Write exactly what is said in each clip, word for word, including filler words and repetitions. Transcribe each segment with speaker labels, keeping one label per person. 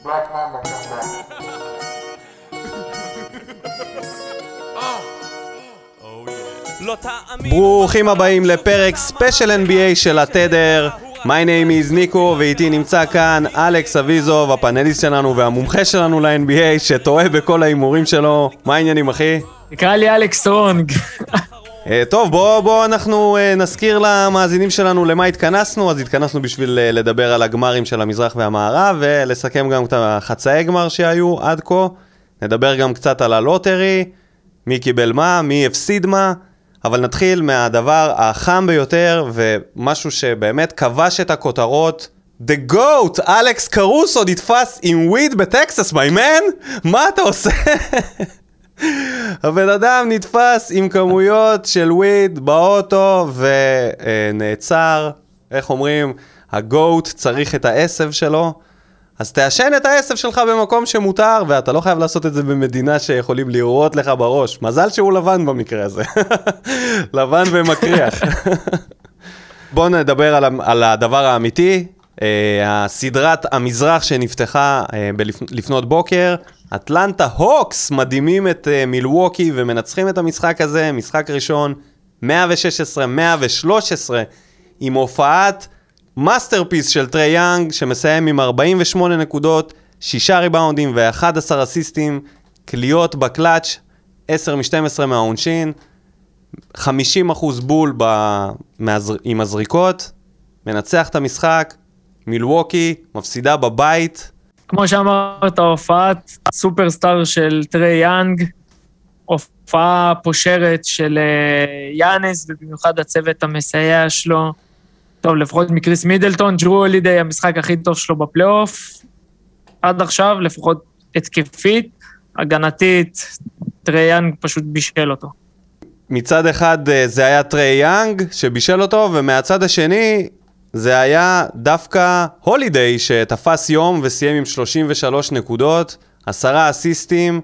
Speaker 1: ברוכים הבאים לפרק ספיישל אן בי איי של התדר. My name is ניקו, ואיתי נמצא כאן אלכס אביזוב, הפאנליסט שלנו והמומחה שלנו ל-אן בי איי, שטועה בכל האימורים שלו. מה העניינים, אחי?
Speaker 2: תקרא לי אלכס רונג.
Speaker 1: טוב, בוא, בוא אנחנו נזכיר למאזינים שלנו למה התכנסנו. אז התכנסנו בשביל לדבר על הגמרים של המזרח והמערב, ולסכם גם את החצאי גמר שהיו עד כה. נדבר גם קצת על הלוטרי, מי קיבל מה, מי הפסיד מה. אבל נתחיל מהדבר החם ביותר, ומשהו שבאמת כבש את הכותרות. The GOAT, אלכס קרוסו, נתפס עם וויד בטקסס, my man? מה אתה עושה? הבן אדם נתפס עם כמויות של וויד באוטו, ונעצר. איך אומרים? הגוט צריך את העשב שלו. אז תעשן את העשב שלך במקום שמותר, ואתה לא חייב לעשות את זה במדינה שיכולים לראות לך בראש. מזל שהוא לבן במקרה הזה. לבן ומקריח. בואו נדבר על, על הדבר האמיתי. הסדרת המזרח שנפתחה לפנות בוקר. אטלנטה הוקס מדהימים את מילווקי ומנצחים את המשחק הזה. משחק ראשון, מאה ושש עשרה מאה ושלוש עשרה, עם הופעת מאסטרפיס של טרי יאנג, שמסיים עם ארבעים ושמונה נקודות, שישה ריבאונדים ו-אחד עשר אסיסטים, קליות בקלאץ', עשר משתים עשרה מהעונשין, חמישים אחוז בול ב... מהזר... עם הזריקות, מנצח את המשחק, מילווקי, מפסידה בבית.
Speaker 2: כמו שאמרת, הופעת סופרסטאר של טרי יאנג, הופעה פושרת של יאניס, ובמיוחד הצוות המסייע שלו, טוב, לפחות מקריס מידלטון, ג'רו הולידיי, המשחק הכי טוב שלו בפלייאוף, עד עכשיו, לפחות התקפית, הגנתית, טרי יאנג פשוט בישל אותו.
Speaker 1: מצד אחד זה היה טרי יאנג שבישל אותו, ומהצד השני זה היה דווקא הולידיי שתפס יום וסיים עם שלושים ושלוש נקודות, עשרה אסיסטים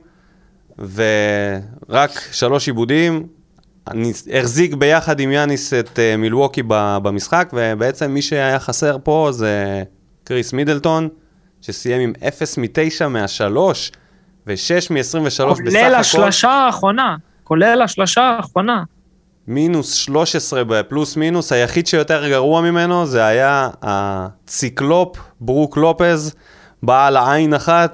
Speaker 1: ורק שלוש עיבודים. אני החזיק ביחד עם יאניס את uh, מילווקי במשחק, ובעצם מי שהיה חסר פה זה קריס מידלטון, שסיים עם אפס מתשע מהשלוש, ו-שש מ-עשרים ושלוש בסך הכל.
Speaker 2: כולל השלושה האחרונה, כולל השלושה האחרונה.
Speaker 1: מינוס שלוש עשרה בפלוס מינוס, היחיד שיותר גרוע ממנו, זה היה הציקלופ, ברוק לופז, בעל העין אחת,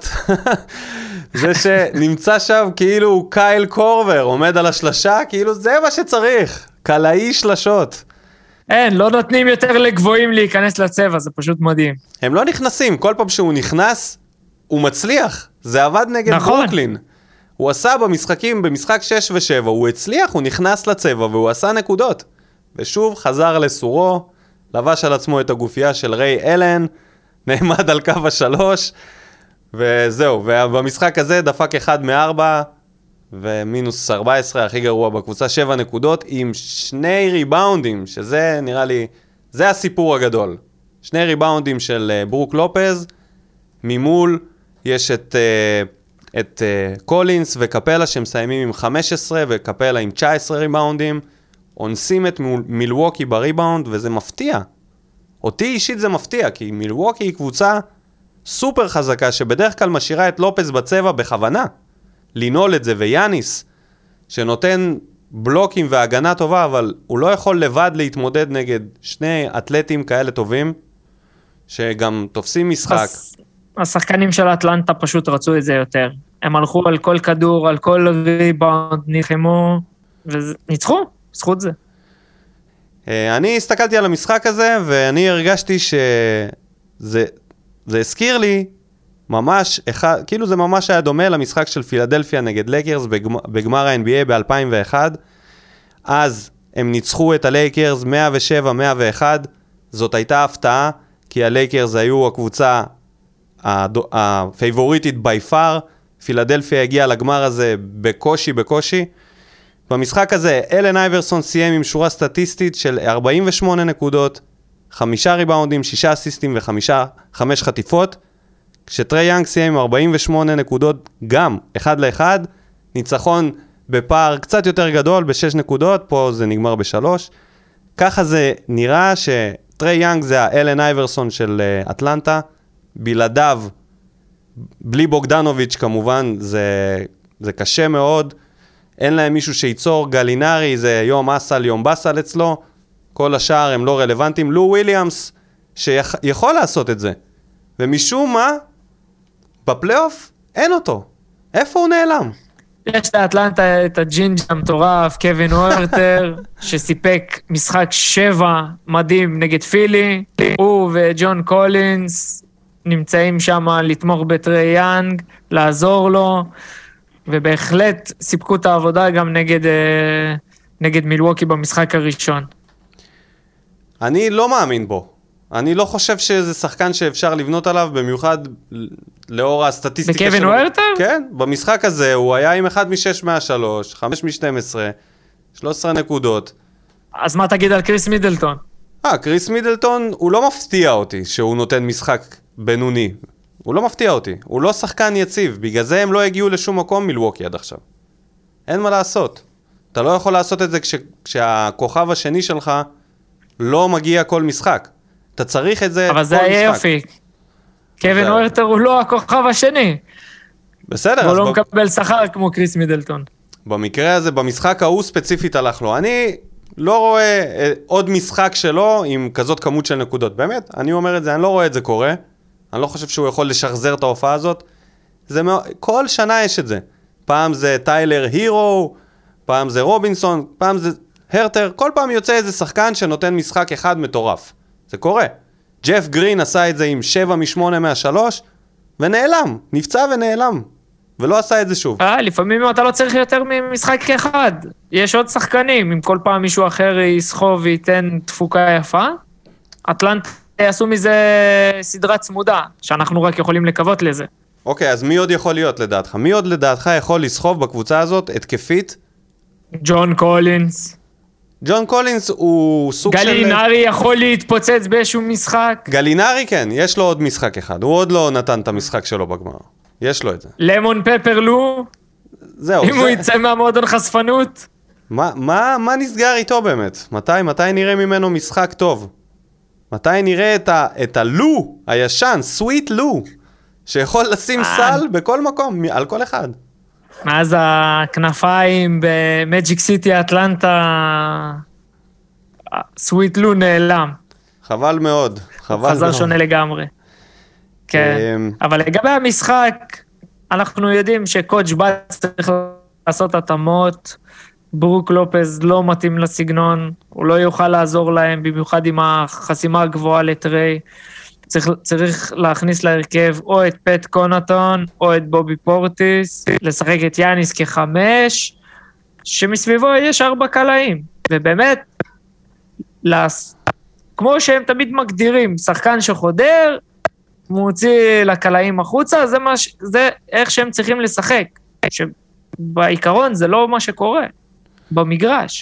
Speaker 1: זה שנמצא שם כאילו הוא קייל קורבר, עומד על השלשה, כאילו זה מה שצריך, קלעי שלשות.
Speaker 2: אין, לא נותנים יותר לגבוהים להיכנס לצבע, זה פשוט מדהים.
Speaker 1: הם לא נכנסים, כל פעם שהוא נכנס, הוא מצליח, זה עבד נגד נכון. ברוקלין. הוא עשה במשחקים, במשחק שש ושבע, הוא הצליח, הוא נכנס לצבע והוא עשה נקודות. ושוב חזר לסורו, לבש על עצמו את הגופייה של ריי אלן, נעמד על קו השלוש, וזהו, ובמשחק הזה דפק אחד מארבע, ומינוס ארבע עשרה, הכי גרוע בקבוצה, שבע נקודות, עם שני ריבאונדים, שזה נראה לי, זה הסיפור הגדול. שני ריבאונדים של ברוק לופז, ממול יש את, את קולינס וקפלה, שמסיימים עם חמש עשרה, וקפלה עם תשע עשרה ריבאונדים, אונסים את מילווקי בריבאונד, וזה מפתיע. אותי אישית זה מפתיע, כי מילווקי היא קבוצה סופר חזקה, שבדרך כלל משאירה את לופס בצבע בכוונה. לנעול את זה, ויאניס, שנותן בלוקים והגנה טובה, אבל הוא לא יכול לבד להתמודד נגד שני אתלטים כאלה טובים, שגם תופסים משחק.
Speaker 2: השחקנים של אטלנטה פשוט רצו את זה יותר. הם הלכו על כל כדור, על כל ריבאונד, ניחמו, וניצחו, זכות זה.
Speaker 1: אני הסתכלתי על המשחק הזה, ואני הרגשתי שזה זה הזכיר לי ממש, אחד, כאילו זה ממש היה דומה למשחק של פילדלפיה נגד לייקרס בגמר, בגמר ה-אן בי איי ב-אלפיים ואחת. אז הם ניצחו את הלייקרס מאה ושבע מאה ואחת. זאת הייתה הפתעה, כי הלייקרס היו הקבוצה הפייבוריטית by far. פילדלפיה הגיעה לגמר הזה בקושי בקושי. במשחק הזה אלן אייברסון סיים עם שורה סטטיסטית של ארבעים ושמונה נקודות, חמישה ריבאונדים, שישה אסיסטים וחמישה, חמש חטיפות, כשטרי יאנג סיים עם ארבעים ושמונה נקודות גם, אחד לאחד, ניצחון בפער קצת יותר גדול, בשש נקודות, פה זה נגמר בשלוש. ככה זה נראה שטרי יאנג זה האלן אייברסון של אטלנטה, בלעדיו בלי בוגדנוביץ' כמובן, זה, זה קשה מאוד, אין להם מישהו שייצור, גלינרי זה יום אסל, יום בסל אצלו, כל השאר הם לא רלוונטיים, לו וויליאמס שיכול לעשות את זה, ומשום מה, בפלייאוף אין אותו, איפה הוא נעלם?
Speaker 2: יש לאטלנטה את הג'ינג' המטורף, קווין וורטר, שסיפק משחק שבע מדהים נגד פילי, הוא וג'ון קולינס נמצאים שם לתמוך בטרי יאנג, לעזור לו, ובהחלט סיפקו את העבודה גם נגד, נגד מילווקי במשחק הראשון.
Speaker 1: אני לא מאמין בו. אני לא חושב שזה שחקן שאפשר לבנות עליו, במיוחד לאור הסטטיסטיקה שלו.
Speaker 2: בקווין וורטר?
Speaker 1: כן, במשחק הזה הוא היה עם אחד משש מהשלוש, חמש משתים עשרה, שלוש עשרה נקודות.
Speaker 2: אז מה תגיד על קריס מידלטון?
Speaker 1: אה, קריס מידלטון הוא לא מפתיע אותי שהוא נותן משחק בינוני. הוא לא מפתיע אותי. הוא לא שחקן יציב. בגלל זה הם לא הגיעו לשום מקום מילווקי עד עכשיו. אין מה לעשות. אתה לא יכול לעשות את זה כש, כשהכוכב השני שלך לא מגיע כל משחק. אתה צריך את זה כל משחק.
Speaker 2: אבל זה היה יופי. קווין וורטר הוא לא הכוכב השני.
Speaker 1: בסדר.
Speaker 2: הוא לא ב... מקבל שכר כמו קריס מידלטון.
Speaker 1: במקרה הזה, במשחק ההוא ספציפית הלך לו. אני לא רואה עוד משחק שלו עם כזאת כמות של נקודות. באמת, אני אומר את זה, אני לא רואה את זה קורה. אני לא חושב שהוא יכול לשחזר את ההופעה הזאת. זה מא... כל שנה יש את זה. פעם זה טיילר הירו, פעם זה רובינסון, פעם זה הרטר. כל פעם יוצא איזה שחקן שנותן משחק אחד מטורף. זה קורה. ג'ף גרין עשה את זה עם שבע משמונה מהשלוש, ונעלם, נפצע ונעלם, ולא עשה את זה שוב.
Speaker 2: אה, לפעמים אתה לא צריך יותר ממשחק אחד. יש עוד שחקנים, אם כל פעם מישהו אחר יסחוב וייתן תפוקה יפה, אטלנטה יעשו מזה סדרה צמודה, שאנחנו רק יכולים לקוות לזה.
Speaker 1: אוקיי, אז מי עוד יכול להיות לדעתך? מי עוד לדעתך יכול לסחוב בקבוצה הזאת התקפית?
Speaker 2: ג'ון קולינס.
Speaker 1: ג'ון קולינס הוא סוג
Speaker 2: גלינרי
Speaker 1: של...
Speaker 2: גלינרי יכול להתפוצץ באיזשהו משחק.
Speaker 1: גלינרי כן, יש לו עוד משחק אחד. הוא עוד לא נתן את המשחק שלו בגמר. יש לו את זה.
Speaker 2: למון פפר לו.
Speaker 1: זהו.
Speaker 2: אם
Speaker 1: זה...
Speaker 2: הוא יצא מהמועדון חשפנות.
Speaker 1: מה, מה, מה נסגר איתו באמת? מתי, מתי נראה ממנו משחק טוב? מתי נראה את, ה, את הלו הישן, סוויט לו, שיכול לשים סל בכל מקום, על כל אחד.
Speaker 2: מאז הכנפיים במג'יק סיטי אטלנטה, סוויט לו נעלם.
Speaker 1: חבל מאוד, חבל
Speaker 2: חזר
Speaker 1: מאוד.
Speaker 2: שונה לגמרי. כן, אבל לגבי המשחק, אנחנו יודעים שקוץ' בא צריך לעשות התאמות, ברוק לופז לא מתאים לסגנון, הוא לא יוכל לעזור להם, במיוחד עם החסימה הגבוהה לטרי, צריך, צריך להכניס להרכב או את פט קונטון, או את בובי פורטיס, לשחק את יאניס כחמש, שמסביבו יש ארבע קלעים, ובאמת, לס... כמו שהם תמיד מגדירים, שחקן שחודר, מוציא לקלעים החוצה, זה, מה ש... זה איך שהם צריכים לשחק, שבעיקרון זה לא מה שקורה. במגרש.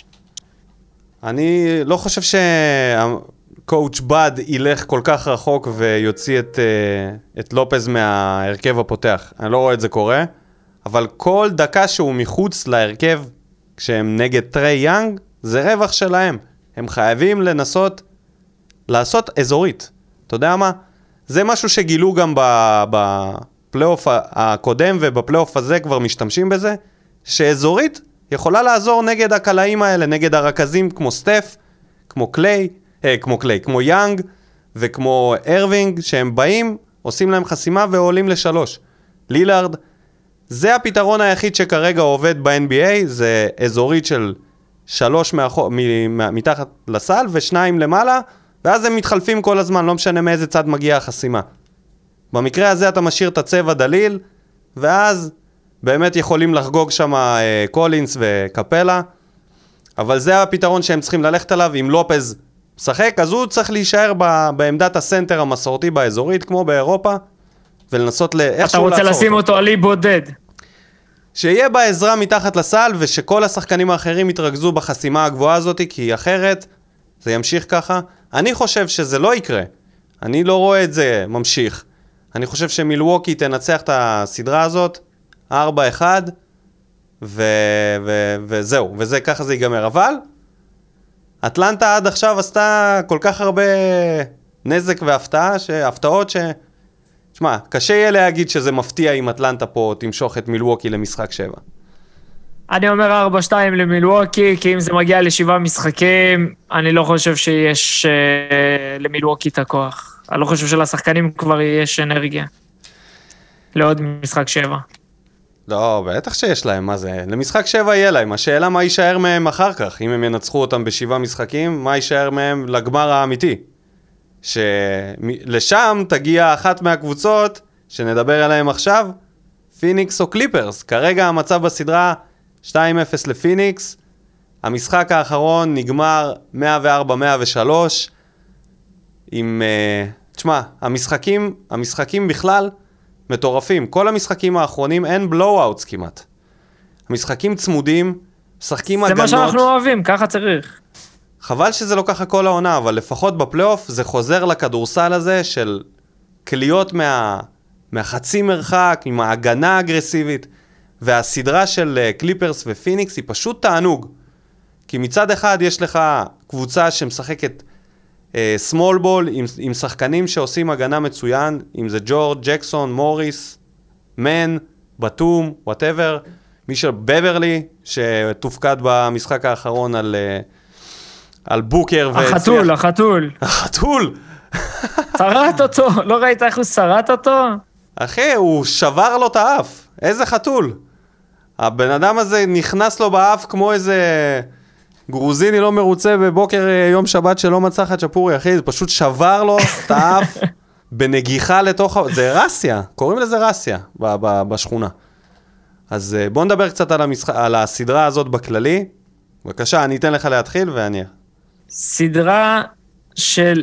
Speaker 1: אני לא חושב שקואוץ' בד ילך כל כך רחוק ויוציא את, את לופז מההרכב הפותח. אני לא רואה את זה קורה, אבל כל דקה שהוא מחוץ להרכב, כשהם נגד טרי יאנג, זה רווח שלהם. הם חייבים לנסות לעשות אזורית. אתה יודע מה? זה משהו שגילו גם בפלייאוף הקודם, ובפלייאוף הזה כבר משתמשים בזה, שאזורית יכולה לעזור נגד הקלעים האלה, נגד הרכזים כמו סטף, כמו קליי, אה, כמו קליי, כמו יאנג וכמו ארווינג, שהם באים, עושים להם חסימה ועולים לשלוש. לילארד, זה הפתרון היחיד שכרגע עובד ב-אן בי איי, זה אזורית של שלוש מאחור, מ- מתחת לסל ושניים למעלה, ואז הם מתחלפים כל הזמן, לא משנה מאיזה צד מגיעה החסימה. במקרה הזה אתה משאיר את הצבע דליל, ואז באמת יכולים לחגוג שם אה, קולינס וקפלה, אבל זה הפתרון שהם צריכים ללכת עליו. אם לופז משחק, אז הוא צריך להישאר ב, בעמדת הסנטר המסורתי באזורית, כמו באירופה, ולנסות לאיכשהו לעצור אותו.
Speaker 2: אתה רוצה לשים אותו עלי בודד.
Speaker 1: שיהיה בעזרה מתחת לסל, ושכל השחקנים האחרים יתרכזו בחסימה הגבוהה הזאת, כי אחרת זה ימשיך ככה. אני חושב שזה לא יקרה. אני לא רואה את זה ממשיך. אני חושב שמילווקי תנצח את הסדרה הזאת, ארבע אחד, ו- ו- וזהו, וזה ככה זה ייגמר. אבל אטלנטה עד עכשיו עשתה כל כך הרבה נזק והפתעה, שהפתעות תשמע, קשה יהיה להגיד שזה מפתיע אם אטלנטה פה תמשוך את מילווקי למשחק שבע.
Speaker 2: אני אומר ארבע שתיים למילווקי, כי אם זה מגיע לשבעה משחקים, אני לא חושב שיש uh, למילווקי את הכוח. אני לא חושב שלשחקנים כבר יש אנרגיה. לעוד משחק שבע.
Speaker 1: לא, בטח שיש להם, מה זה? למשחק שבע יהיה להם. השאלה מה יישאר מהם אחר כך, אם הם ינצחו אותם בשבעה משחקים, מה יישאר מהם לגמר האמיתי. שלשם תגיע אחת מהקבוצות שנדבר עליהם עכשיו, פיניקס או קליפרס. כרגע המצב בסדרה שתיים אפס לפיניקס, המשחק האחרון נגמר מאה וארבע מאה ושלוש, עם, uh, תשמע, המשחקים, המשחקים בכלל מטורפים. כל המשחקים האחרונים אין בלואו-אוטס כמעט. המשחקים צמודים, משחקים הגנות.
Speaker 2: זה מה שאנחנו אוהבים, ככה צריך.
Speaker 1: חבל שזה לא ככה כל העונה, אבל לפחות בפלייאוף זה חוזר לכדורסל הזה של קליות מה, מהחצי מרחק, עם ההגנה האגרסיבית, והסדרה של קליפרס ופיניקס היא פשוט תענוג. כי מצד אחד יש לך קבוצה שמשחקת סמול בול עם, עם שחקנים שעושים הגנה מצוין, אם זה ג'ורג', ג'קסון, מוריס, מן, בטום, whatever, מישל בברלי שתופקד במשחק האחרון על, על בוקר.
Speaker 2: החתול, והצליח... החתול.
Speaker 1: החתול.
Speaker 2: שרת אותו, לא ראית איך הוא שרת אותו?
Speaker 1: אחי, הוא שבר לו את האף, איזה חתול. הבן אדם הזה נכנס לו באף כמו איזה גרוזיני לא מרוצה בבוקר יום שבת שלא מצא חצ'פורי, אחי, זה פשוט שבר לו את האף בנגיחה לתוך, זה רסיה, קוראים לזה רסיה ב- ב- בשכונה. אז בוא נדבר קצת על, המשח... על הסדרה הזאת בכללי. בבקשה, אני אתן לך להתחיל ואני...
Speaker 2: סדרה של...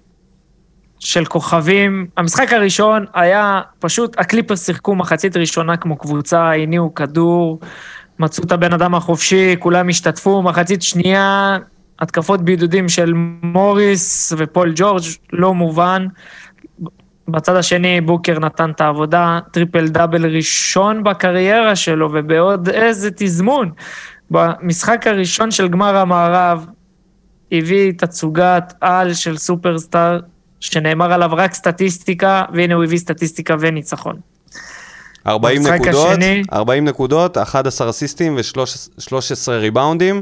Speaker 2: של כוכבים. המשחק הראשון היה פשוט, הקליפרס שיחקו מחצית ראשונה כמו קבוצה, הניעו כדור, מצאו את הבן אדם החופשי, כולם השתתפו, מחצית שנייה, התקפות בידודים של מוריס ופול ג'ורג' לא מובן. בצד השני בוקר נתן את העבודה, טריפל דאבל ראשון בקריירה שלו, ובעוד איזה תזמון. במשחק הראשון של גמר המערב, הביא תצוגת על של סופרסטאר, שנאמר עליו רק סטטיסטיקה, והנה הוא הביא סטטיסטיקה וניצחון.
Speaker 1: ארבעים נקודות, השני, ארבעים נקודות, אחד עשר אסיסטים ו-שלוש עשרה ריבאונדים,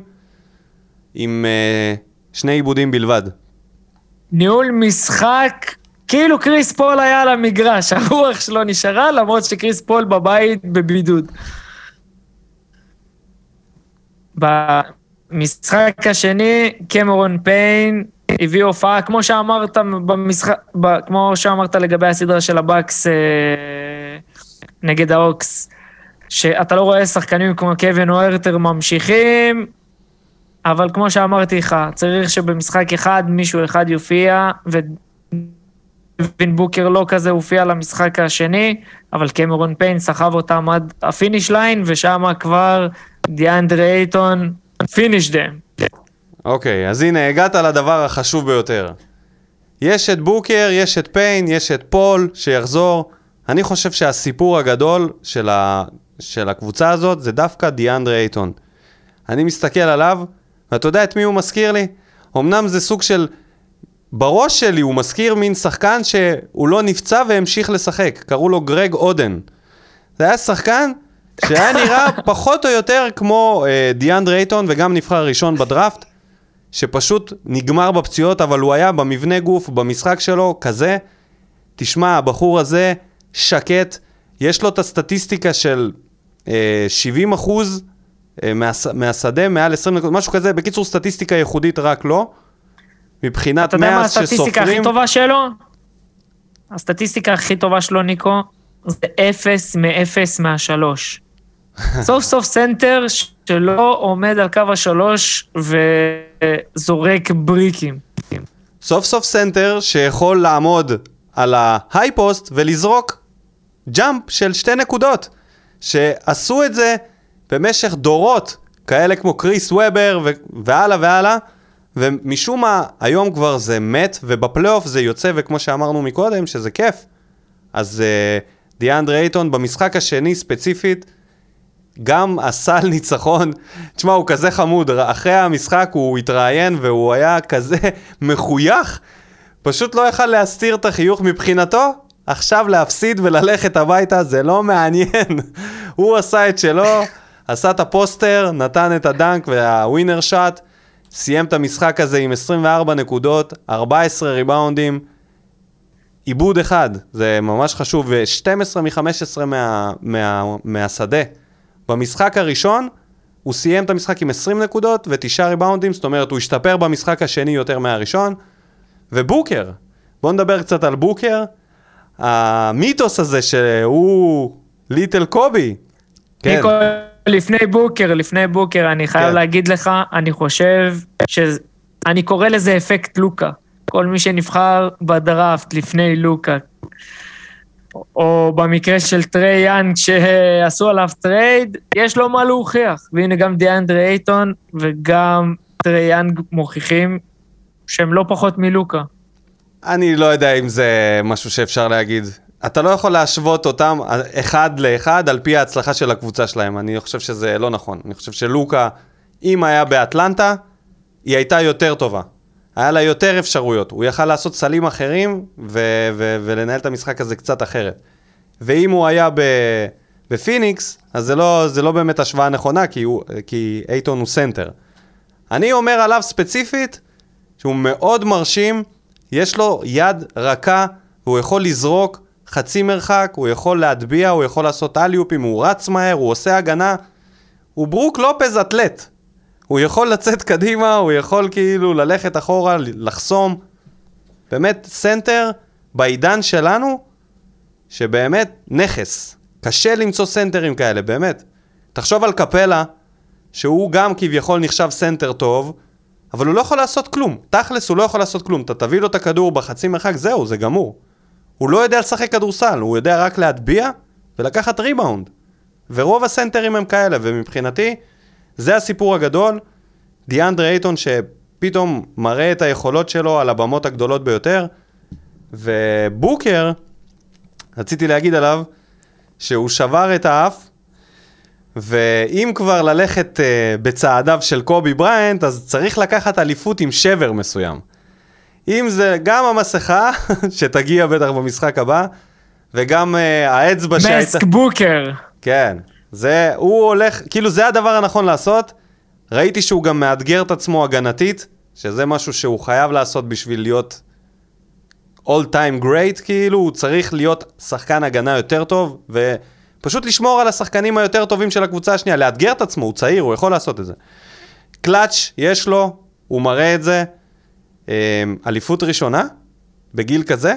Speaker 1: עם uh, שני עיבודים בלבד.
Speaker 2: ניהול משחק, כאילו קריס פול היה על המגרש, הרוח שלו נשארה, למרות שקריס פול בבית בבידוד. במשחק השני, קמרון פיין, הביא הופעה, כמו שאמרת במשחק, ב, כמו שאמרת לגבי הסדרה של הבאקס אה, נגד האוקס, שאתה לא רואה שחקנים כמו קווין אוהרטר ממשיכים, אבל כמו שאמרתי לך, צריך שבמשחק אחד מישהו אחד יופיע, ווין בוקר לא כזה הופיע למשחק השני, אבל קמרון פיין סחב אותם עד הפיניש ליין, ושם כבר דיאנדרי אייטון פיניש דם.
Speaker 1: אוקיי, אז הנה, הגעת לדבר החשוב ביותר. יש את בוקר, יש את פיין, יש את פול שיחזור. אני חושב שהסיפור הגדול של, ה... של הקבוצה הזאת זה דווקא דיאנדרי אייטון. אני מסתכל עליו, ואתה יודע את מי הוא מזכיר לי? אמנם זה סוג של... בראש שלי הוא מזכיר מין שחקן שהוא לא נפצע והמשיך לשחק. קראו לו גרג אודן. זה היה שחקן שהיה נראה פחות או יותר כמו אה, דיאנדרי אייטון, וגם נבחר ראשון בדראפט. שפשוט נגמר בפציעות, אבל הוא היה במבנה גוף, במשחק שלו, כזה. תשמע, הבחור הזה שקט, יש לו את הסטטיסטיקה של אה, שבעים אחוז אה, מהס, מהשדה, מעל עשרים נקודות, משהו כזה, בקיצור סטטיסטיקה ייחודית רק לא. מבחינת מאה שסופרים... אתה יודע מה
Speaker 2: הסטטיסטיקה הכי טובה שלו? הסטטיסטיקה הכי טובה שלו, ניקו, זה אפס מאפס מהשלוש. סוף סוף סנטר שלא עומד על קו השלוש וזורק בריקים.
Speaker 1: סוף סוף סנטר שיכול לעמוד על ההייפוסט ולזרוק ג'אמפ של שתי נקודות, שעשו את זה במשך דורות, כאלה כמו קריס וובר והלאה והלאה, ומשום מה היום כבר זה מת, ובפלייאוף זה יוצא, וכמו שאמרנו מקודם שזה כיף. אז uh, דיאנדרי אייטון במשחק השני ספציפית, גם הסל ניצחון, תשמע, הוא כזה חמוד, אחרי המשחק הוא התראיין והוא היה כזה מחוייך, פשוט לא יכל להסתיר את החיוך מבחינתו, עכשיו להפסיד וללכת הביתה, זה לא מעניין. הוא עשה את שלו, עשה את הפוסטר, נתן את הדנק והווינר שוט, סיים את המשחק הזה עם עשרים וארבע נקודות, ארבע עשרה ריבאונדים, עיבוד אחד, זה ממש חשוב, ו-שתים עשרה מ-חמש עשרה מה, מה, מהשדה. במשחק הראשון, הוא סיים את המשחק עם עשרים נקודות ותשעה ריבאונדים, זאת אומרת, הוא השתפר במשחק השני יותר מהראשון. ובוקר, בואו נדבר קצת על בוקר, המיתוס הזה שהוא ליטל קובי.
Speaker 2: כן. ניקו, לפני בוקר, לפני בוקר, אני חייב כן. להגיד לך, אני חושב שאני קורא לזה אפקט לוקה. כל מי שנבחר בדראפט לפני לוקה, או במקרה של טרי יאנג שעשו עליו טרייד, יש לו מה להוכיח. והנה גם דיאנדרי אייטון וגם טרי יאנג מוכיחים שהם לא פחות מלוקה.
Speaker 1: אני לא יודע אם זה משהו שאפשר להגיד. אתה לא יכול להשוות אותם אחד לאחד על פי ההצלחה של הקבוצה שלהם. אני חושב שזה לא נכון. אני חושב שלוקה, אם היה באטלנטה, היא הייתה יותר טובה. היה לה יותר אפשרויות. הוא יכל לעשות סלים אחרים ו- ו- ולנהל את המשחק הזה קצת אחרת. ואם הוא היה ב- בפיניקס, אז זה לא, זה לא באמת השוואה נכונה, כי, הוא, כי אייטון הוא סנטר. אני אומר עליו ספציפית, שהוא מאוד מרשים, יש לו יד רכה, והוא יכול לזרוק חצי מרחק, הוא יכול להטביע, הוא יכול לעשות אליופים, הוא רץ מהר, הוא עושה הגנה. הוא ברוק לופז אתלט. הוא יכול לצאת קדימה, הוא יכול כאילו ללכת אחורה, לחסום. באמת סנטר בעידן שלנו, שבאמת נכס. קשה למצוא סנטרים כאלה, באמת. תחשוב על קפלה, שהוא גם כביכול נחשב סנטר טוב, אבל הוא לא יכול לעשות כלום. תכלס הוא לא יכול לעשות כלום. אתה תביא לו את הכדור בחצי מרחק, זהו, זה גמור. הוא לא יודע לשחק כדורסל, הוא יודע רק להטביע ולקחת ריבאונד. ורוב הסנטרים הם כאלה, ומבחינתי, זה הסיפור הגדול. דיאנדרי אייטון שפתאום מראה את היכולות שלו על הבמות הגדולות ביותר, ובוקר, רציתי להגיד עליו, שהוא שבר את האף, ואם כבר ללכת uh, בצעדיו של קובי בריינט, אז צריך לקחת אליפות עם שבר מסוים. אם זה גם המסכה, שתגיע בטח במשחק הבא, וגם uh, האצבע שהייתה...
Speaker 2: מסק בוקר.
Speaker 1: כן, זה, הוא הולך, כאילו זה הדבר הנכון לעשות. ראיתי שהוא גם מאתגר את עצמו הגנתית, שזה משהו שהוא חייב לעשות בשביל להיות all time great, כאילו הוא צריך להיות שחקן הגנה יותר טוב, ופשוט לשמור על השחקנים היותר טובים של הקבוצה השנייה, לאתגר את עצמו, הוא צעיר, הוא יכול לעשות את זה. קלאץ' יש לו, הוא מראה את זה, אליפות ראשונה, בגיל כזה.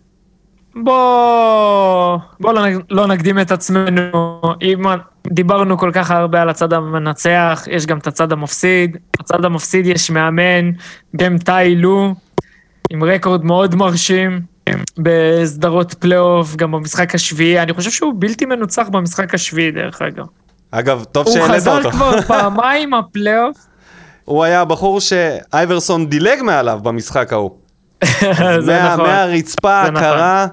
Speaker 2: בוא, בוא לא, לא נקדים את עצמנו, אם דיברנו כל כך הרבה על הצד המנצח, יש גם את הצד המפסיד, הצד המפסיד יש מאמן, גם טאי לו, עם רקורד מאוד מרשים, בסדרות פלייאוף, גם במשחק השביעי, אני חושב שהוא בלתי מנוצח במשחק השביעי דרך אגב.
Speaker 1: אגב, טוב שהעלית אותו.
Speaker 2: הוא חזר כבר פעמיים הפלייאוף.
Speaker 1: הוא היה הבחור שאייברסון דילג מעליו במשחק ההוא.
Speaker 2: זה
Speaker 1: מה,
Speaker 2: נכון.
Speaker 1: מהרצפה הקרה,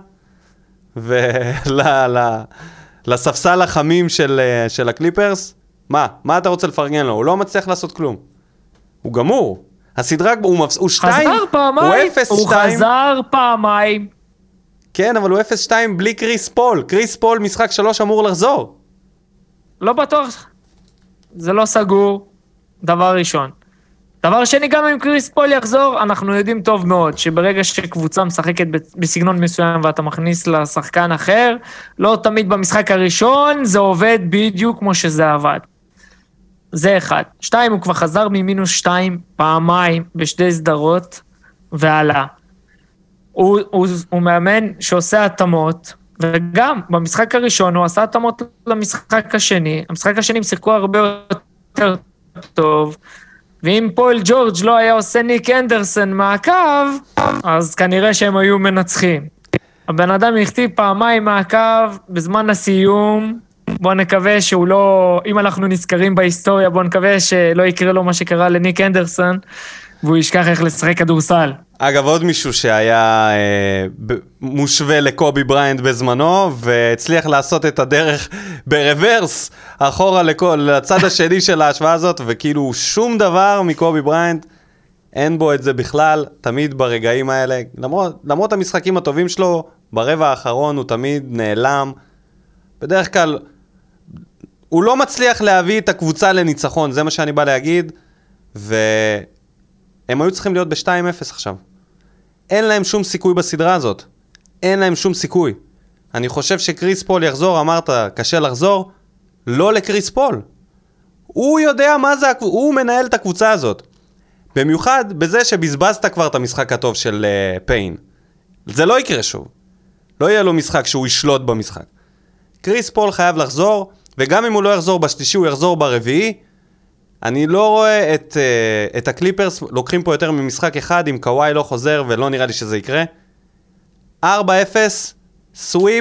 Speaker 1: ולספסל החמים של, של הקליפרס, מה? מה אתה רוצה לפרגן לו? הוא לא מצליח לעשות כלום. הוא גמור. הסדרה, הוא, מפס... הוא שתיים,
Speaker 2: חזר פעמיים, הוא אפס הוא שתיים. חזר פעמיים.
Speaker 1: כן, אבל הוא אפס שתיים בלי קריס פול. קריס פול משחק שלוש אמור לחזור.
Speaker 2: לא בטוח. זה לא סגור. דבר ראשון. דבר שני, גם אם קריס פול יחזור, אנחנו יודעים טוב מאוד, שברגע שקבוצה משחקת בסגנון מסוים, ואתה מכניס לשחקן אחר, לא תמיד במשחק הראשון, זה עובד בדיוק כמו שזה עבד. זה אחד. שתיים, הוא כבר חזר ממינוס שתיים, פעמיים, בשתי סדרות, ועלה. הוא, הוא, הוא מאמן שעושה התאמות, וגם במשחק הראשון הוא עשה התאמות למשחק השני, המשחק השני שיחקו הרבה יותר טוב, ואם פול ג'ורג' לא היה עושה ניק אנדרסון מהקו, אז כנראה שהם היו מנצחים. הבן אדם הכתיב פעמיים מהקו בזמן הסיום, בוא נקווה שהוא לא, אם אנחנו נזכרים בהיסטוריה, בוא נקווה שלא יקרה לו מה שקרה לניק אנדרסון, והוא ישכח איך לשחק כדורסל.
Speaker 1: אגב, עוד מישהו שהיה אה, ב- מושווה לקובי בריינט בזמנו, והצליח לעשות את הדרך ברוורס, אחורה לכל, לצד השני של ההשוואה הזאת, וכאילו שום דבר מקובי בריינט, אין בו את זה בכלל, תמיד ברגעים האלה, למרות, למרות המשחקים הטובים שלו, ברבע האחרון הוא תמיד נעלם. בדרך כלל, הוא לא מצליח להביא את הקבוצה לניצחון, זה מה שאני בא להגיד, והם היו צריכים להיות ב-שתיים אפס עכשיו. אין להם שום סיכוי בסדרה הזאת. אין להם שום סיכוי. אני חושב שקריס פול יחזור, אמרת, קשה לחזור, לא לקריס פול. הוא יודע מה זה, הוא מנהל את הקבוצה הזאת. במיוחד בזה שבזבזת כבר את המשחק הטוב של uh, פיין. זה לא יקרה שוב. לא יהיה לו משחק שהוא ישלוט במשחק. קריס פול חייב לחזור, וגם אם הוא לא יחזור בשלישי, הוא יחזור ברביעי. אני לא רואה את, uh, את הקליפרס לוקחים פה יותר ממשחק אחד, אם קוואי לא חוזר, ולא נראה לי שזה יקרה. ארבע אפס, סוויפ,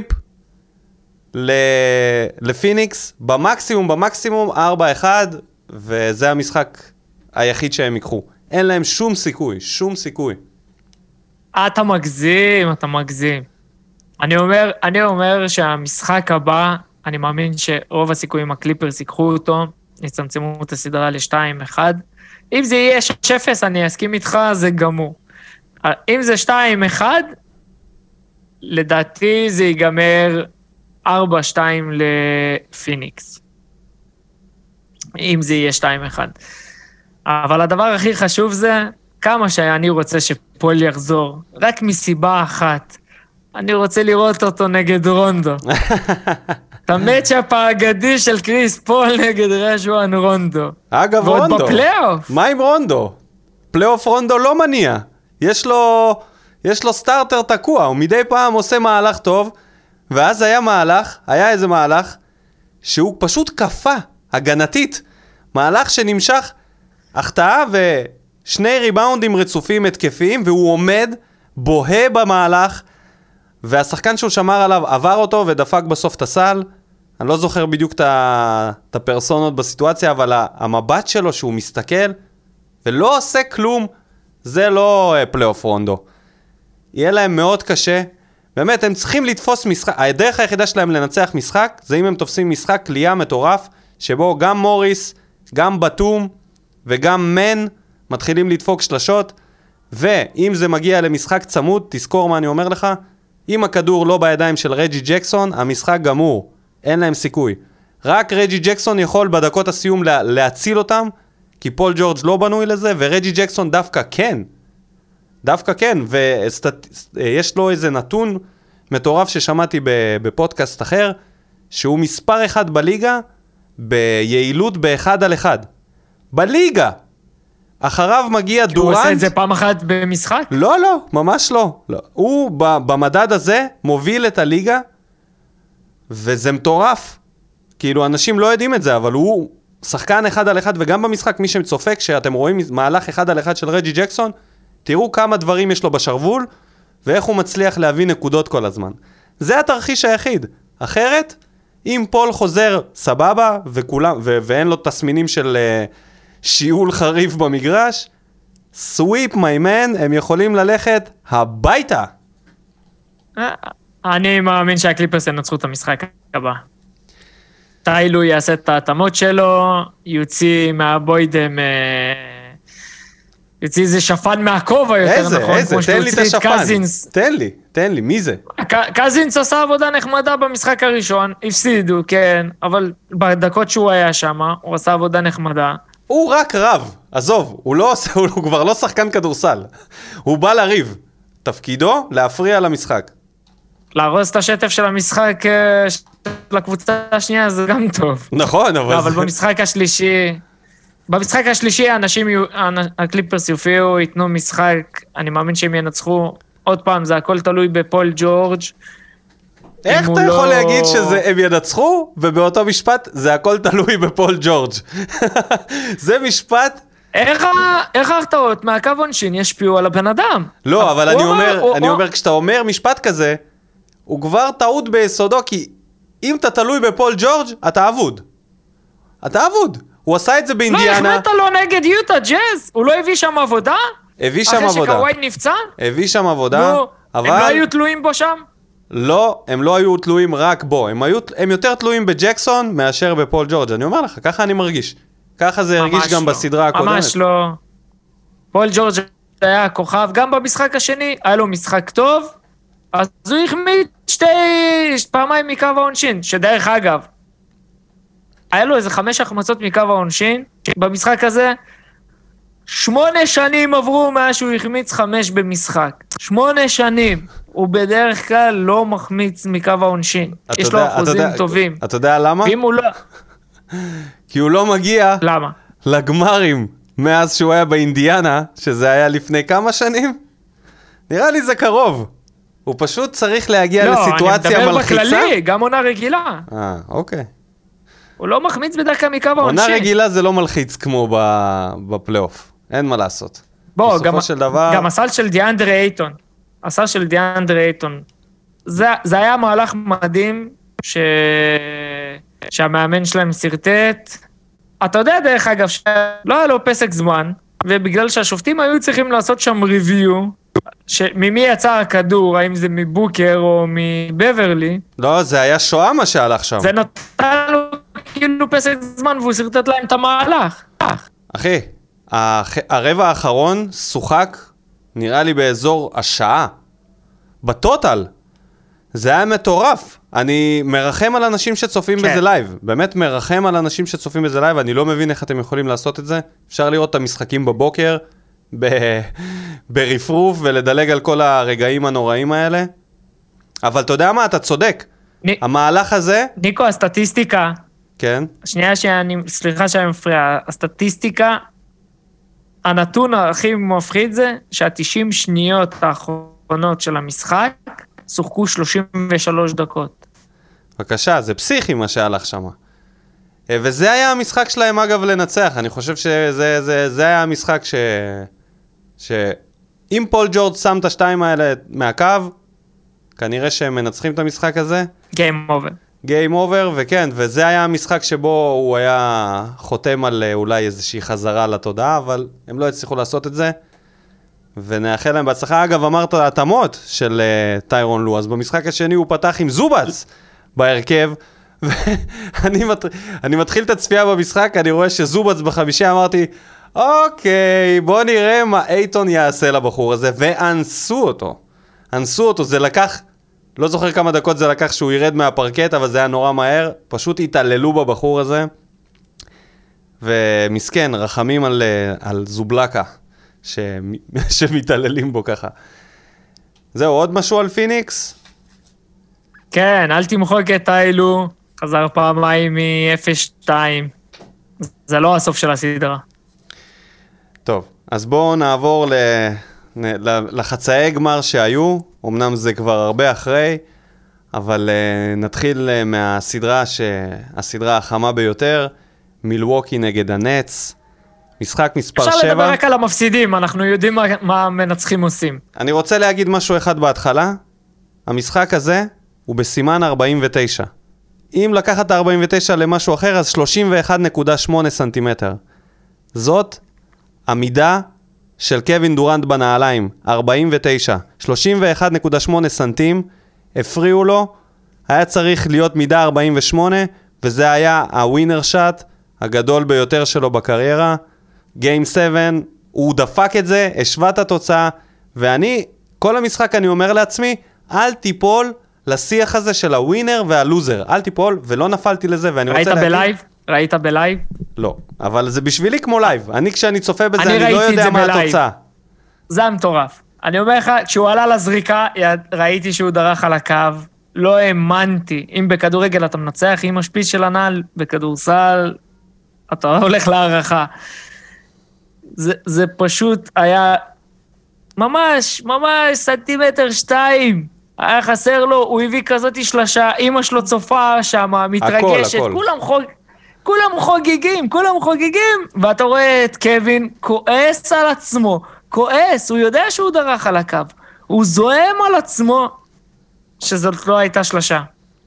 Speaker 1: לפיניקס, במקסימום, במקסימום, ארבע אחד, וזה המשחק היחיד שהם ייקחו. אין להם שום סיכוי, שום סיכוי.
Speaker 2: אתה מגזים, אתה מגזים. אני אומר, אני אומר שהמשחק הבא, אני מאמין שרוב הסיכויים הקליפרס ייקחו אותו, יצמצמו את הסדרה ל-שתיים אחד. אם זה יהיה שש אפס, אני אסכים איתך, זה גמור. אם זה שתיים אחד, לדעתי זה ייגמר ארבע שתיים לפיניקס. אם זה יהיה שתיים אחד. אבל הדבר הכי חשוב זה, כמה שאני רוצה שפול יחזור, רק מסיבה אחת. אני רוצה לראות אותו נגד רונדו. את המצ'אפ האגדי של קריס פול נגד רז'ואן רונדו.
Speaker 1: אגב, רונדו.
Speaker 2: ועוד בפלייאוף.
Speaker 1: מה עם רונדו? פלייאוף רונדו לא מניע. יש לו, יש לו סטארטר תקוע, הוא מדי פעם עושה מהלך טוב, ואז היה מהלך, היה איזה מהלך, שהוא פשוט קפה, הגנתית. מהלך שנמשך החטאה ושני ריבאונדים רצופים התקפיים, והוא עומד, בוהה במהלך, והשחקן שהוא שמר עליו עבר אותו ודפק בסוף את הסל. אני לא זוכר בדיוק את הפרסונות בסיטואציה, אבל המבט שלו שהוא מסתכל ולא עושה כלום, זה לא פלייאוף רונדו. יהיה להם מאוד קשה. באמת, הם צריכים לתפוס משחק. הדרך היחידה שלהם לנצח משחק, זה אם הם תופסים משחק קליעה מטורף, שבו גם מוריס, גם בטום וגם מן מתחילים לדפוק שלשות, ואם זה מגיע למשחק צמוד, תזכור מה אני אומר לך, אם הכדור לא בידיים של רג'י ג'קסון, המשחק גמור, אין להם סיכוי. רק רג'י ג'קסון יכול בדקות הסיום לה, להציל אותם, כי פול ג'ורג' לא בנוי לזה, ורג'י ג'קסון דווקא כן. דווקא כן, ויש לו איזה נתון מטורף ששמעתי בפודקאסט אחר, שהוא מספר אחד בליגה, ביעילות באחד על אחד. בליגה! אחריו מגיע דורנט.
Speaker 2: הוא עושה את זה פעם אחת במשחק?
Speaker 1: לא, לא, ממש לא. לא. הוא במדד הזה מוביל את הליגה, וזה מטורף. כאילו, אנשים לא יודעים את זה, אבל הוא שחקן אחד על אחד, וגם במשחק, מי שצופק, שאתם רואים מהלך אחד על אחד של רג'י ג'קסון, תראו כמה דברים יש לו בשרוול, ואיך הוא מצליח להביא נקודות כל הזמן. זה התרחיש היחיד. אחרת, אם פול חוזר סבבה, וכולם, ו- ואין לו תסמינים של uh, שיעול חריף במגרש, סוויפ מי מן, הם יכולים ללכת הביתה.
Speaker 2: אני מאמין שהקליפרס ינצחו את המשחק הבא. טיילו יעשה את ההתאמות שלו, יוציא מהבוידם, יוציא איזה שפן מהכובע יותר
Speaker 1: איזה,
Speaker 2: נכון.
Speaker 1: איזה, תן לי את השפן. תן לי, תן לי, מי זה?
Speaker 2: קזינס עשה עבודה נחמדה במשחק הראשון, הפסידו, כן, אבל בדקות שהוא היה שם, הוא עשה עבודה נחמדה.
Speaker 1: הוא רק רב, עזוב, הוא, לא, הוא כבר לא שחקן כדורסל. הוא בא לריב. תפקידו להפריע למשחק.
Speaker 2: להרוס את השטף של המשחק של הקבוצה השנייה, זה גם טוב.
Speaker 1: נכון, אבל...
Speaker 2: לא, אבל במשחק השלישי, במשחק השלישי האנשים, הקליפרס יופיעו, ייתנו משחק, אני מאמין שהם ינצחו. עוד פעם, זה הכל תלוי בפול ג'ורג'.
Speaker 1: איך אתה יכול להגיד שהם ינצחו, ובאותו משפט, זה הכל תלוי בפול ג'ורג'. זה משפט...
Speaker 2: איך ההרתעות מהקו עונשין ישפיעו על הבן אדם?
Speaker 1: לא, אבל אני אומר, אני אומר, כשאתה אומר משפט כזה, הוא כבר טעות ביסודו, כי אם אתה תלוי בפול ג'ורג', אתה אבוד. אתה אבוד. הוא עשה את זה באינדיאנה.
Speaker 2: לא, החמאת לו נגד יוטה ג'אז? הוא לא הביא שם עבודה?
Speaker 1: הביא שם עבודה.
Speaker 2: אחרי שקוואי נפצע?
Speaker 1: הביא שם עבודה, אבל...
Speaker 2: הם לא היו תלויים בו שם?
Speaker 1: לא, הם לא היו תלויים רק בו. הם, היו, הם יותר תלויים בג'קסון מאשר בפול ג'ורג'. אני אומר לך, ככה אני מרגיש. ככה זה הרגיש גם
Speaker 2: לא.
Speaker 1: בסדרה הקודמת.
Speaker 2: ממש לא. פול ג'ורג' היה כוכב, גם במשחק השני, היה לו משחק טוב, אז הוא החמיץ שתי, פעמיים מקו העונשין, שדרך אגב, היה לו איזה חמש החמצות מקו העונשין, במשחק הזה, שמונה שנים עברו מאז שהוא החמיץ חמש במשחק. שמונה שנים. הוא בדרך כלל לא מחמיץ מקו העונשין. יש לו אחוזים טובים.
Speaker 1: אתה יודע למה?
Speaker 2: ואם הוא לא...
Speaker 1: כי הוא לא מגיע...
Speaker 2: למה?
Speaker 1: לגמרים, מאז שהוא היה באינדיאנה, שזה היה לפני כמה שנים? נראה לי זה קרוב. הוא פשוט צריך להגיע
Speaker 2: לא,
Speaker 1: לסיטואציה
Speaker 2: מלחיצה. לא,
Speaker 1: מלחיצה.
Speaker 2: אני מדבר בכללי, גם עונה רגילה.
Speaker 1: אה, אוקיי.
Speaker 2: הוא לא מחמיץ בדרך כלל מקו העונשין.
Speaker 1: עונה רגילה זה לא מלחיץ כמו בפלייאוף. אין מה לעשות.
Speaker 2: בוא, גם,
Speaker 1: דבר...
Speaker 2: גם הסל של דיאנדרי אייטון. הסל של דיאנדרי אייטון. זה, זה היה מהלך מדהים ש... שהמאמן שלהם סרטט. אתה יודע דרך אגב שלא היה לו פסק זמן, ובגלל שהשופטים היו צריכים לעשות שם ריוויו, ממי יצא הכדור, האם זה מבוקר או מבברלי.
Speaker 1: לא, זה היה שואה מה שהלך שם.
Speaker 2: זה נתן לו כאילו פסק זמן, והוא סרטט להם את המהלך.
Speaker 1: אחי, הרבע האחרון שוחק, נראה לי באזור השעה. בטוטל. זה היה מטורף. אני מרחם על אנשים שצופים כן. בזה לייב. באמת מרחם על אנשים שצופים בזה לייב. אני לא מבין איך אתם יכולים לעשות את זה. אפשר לראות את המשחקים בבוקר, ב... ברפרוף, ולדלג על כל הרגעים הנוראים האלה. אבל אתה יודע מה? אתה צודק. נ... המהלך הזה...
Speaker 2: ניקו, הסטטיסטיקה...
Speaker 1: כן.
Speaker 2: שנייה שאני... סליחה שאני מפריע. הסטטיסטיקה... הנתון הכי מפחיד זה שה-תשעים שניות האחרונות של המשחק שוחקו שלושים ושלוש דקות.
Speaker 1: בבקשה, זה פסיכי מה שהלך שם. וזה היה המשחק שלהם אגב לנצח. אני חושב שזה זה, זה היה המשחק ש... שאם פול ג'ורג' שם את השתיים האלה מהקו, כנראה שהם מנצחים את המשחק הזה.
Speaker 2: Game over.
Speaker 1: Game over, וכן, וזה היה המשחק שבו הוא היה חותם על אולי איזושהי חזרה לתודעה, אבל הם לא הצליחו לעשות את זה. ונאחל להם בהצלחה. אגב, אמרת התאמות של uh, טיירון לו, אז במשחק השני הוא פתח עם זובץ בהרכב, ואני מת... אני מתחיל את הצפייה במשחק, אני רואה שזובץ בחמישי, אמרתי, אוקיי, בוא נראה מה אייטון יעשה לבחור הזה, ואנסו אותו. אנסו אותו, זה לקח, לא זוכר כמה דקות זה לקח שהוא ירד מהפרקט, אבל זה היה נורא מהר, פשוט התעללו בבחור הזה, ומסכן, רחמים על, על זובלקה. ש... שמתעללים בו ככה. זהו, עוד משהו על פיניקס?
Speaker 2: כן, אל תמחוק את איילו, חזר פעמיים מ-אפס שתיים. זה לא הסוף של הסדרה.
Speaker 1: טוב, אז בואו נעבור ל... לחצאי גמר שהיו, אמנם זה כבר הרבה אחרי, אבל uh, נתחיל uh, מהסדרה, ש... הסדרה החמה ביותר, מילווקי נגד הנץ, משחק מספר שבע.
Speaker 2: אפשר לדבר רק על המפסידים, אנחנו יודעים מה, מה המנצחים עושים.
Speaker 1: אני רוצה להגיד משהו אחד בהתחלה. המשחק הזה הוא בסימן ארבעים ותשע. אם לקחת את ה-ארבעים ותשע למשהו אחר, אז שלושים ואחת נקודה שמונה סנטימטר. זאת עמידה של קווין דורנט בנעליים. ארבעים ותשע. שלושים ואחת נקודה שמונה סנטים. הפריעו לו. היה צריך להיות מידה ארבעים ושמונה, וזה היה הווינר שאט הגדול ביותר שלו בקריירה. גיים שבע, הוא דפק את זה, השווה את התוצאה, ואני, כל המשחק אני אומר לעצמי, אל תיפול לשיח הזה של הווינר והלוזר, אל תיפול, ולא נפלתי לזה, ואני רוצה להגיד...
Speaker 2: ראית בלייב? ראית בלייב?
Speaker 1: לא, אבל זה בשבילי כמו לייב, אני כשאני צופה בזה, אני, אני לא יודע מה בלייב. התוצאה.
Speaker 2: זה המטורף. אני אומר לך, כשהוא עלה לזריקה, ראיתי שהוא דרך על הקו, לא האמנתי, אם בכדורגל אתה מנצח, אם השפיץ של הנעל, בכדורסל, אתה הולך להערכה. זה, זה פשוט היה ממש, ממש סנטימטר שתיים. היה חסר לו, הוא הביא כזאת שלשה, אמא שלו צופה שם, מתרגשת, הכל, הכל. כולם, חוג, כולם חוגגים, כולם חוגגים, ואתה רואה את קווין כועס על עצמו, כועס, הוא יודע שהוא דרך על הקו, הוא זוהם על עצמו, שזאת לא הייתה שלשה.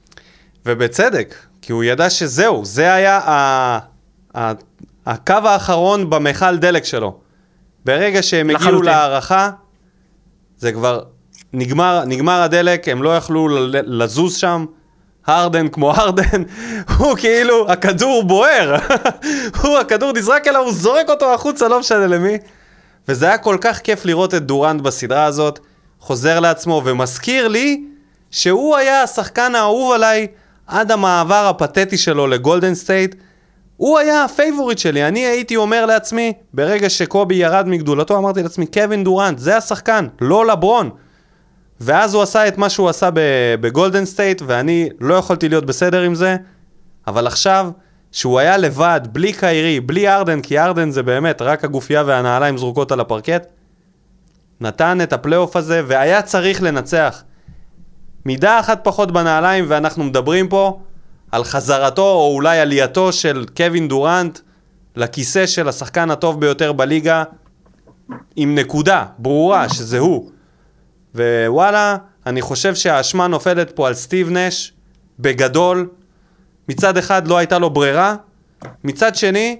Speaker 1: ובצדק, כי הוא ידע שזהו, זה היה ה... ה... הקו האחרון במחל דלק שלו. ברגע שהם הגיעו להערכה, זה כבר נגמר, נגמר הדלק, הם לא יכלו לזוז שם. הרדן כמו הרדן, הוא כאילו, הכדור בוער. הוא, הכדור נזרק אליו, הוא זורק אותו החוצה, לא משנה למי. וזה היה כל כך כיף לראות את דורנט בסדרה הזאת. חוזר לעצמו ומזכיר לי שהוא היה השחקן האהוב עליי עד המעבר הפתטי שלו לגולדן סטייט. הוא היה הפייבוריט שלי. אני הייתי אומר לעצמי, ברגע שקובי ירד מגדולתו, אמרתי לעצמי, קווין דורנט, זה השחקן, לא לברון. ואז הוא עשה את מה שהוא עשה בגולדן סטייט, ואני לא יכולתי להיות בסדר עם זה, אבל עכשיו, שהוא היה לבד, בלי קיירי, בלי ארדן, כי ארדן זה באמת רק הגופייה והנעליים זרוקות על הפרקט, נתן את הפלייאוף הזה, והיה צריך לנצח. מידה אחת פחות בנעליים, ואנחנו מדברים פה על חזרתו, או אולי עלייתו של קווין דורנט, לכיסא של השחקן הטוב ביותר בליגה, עם נקודה ברורה, שזה הוא. ווואלה, אני חושב שהאשמה נופלת פה על סטיב נש, בגדול. מצד אחד לא הייתה לו ברירה, מצד שני,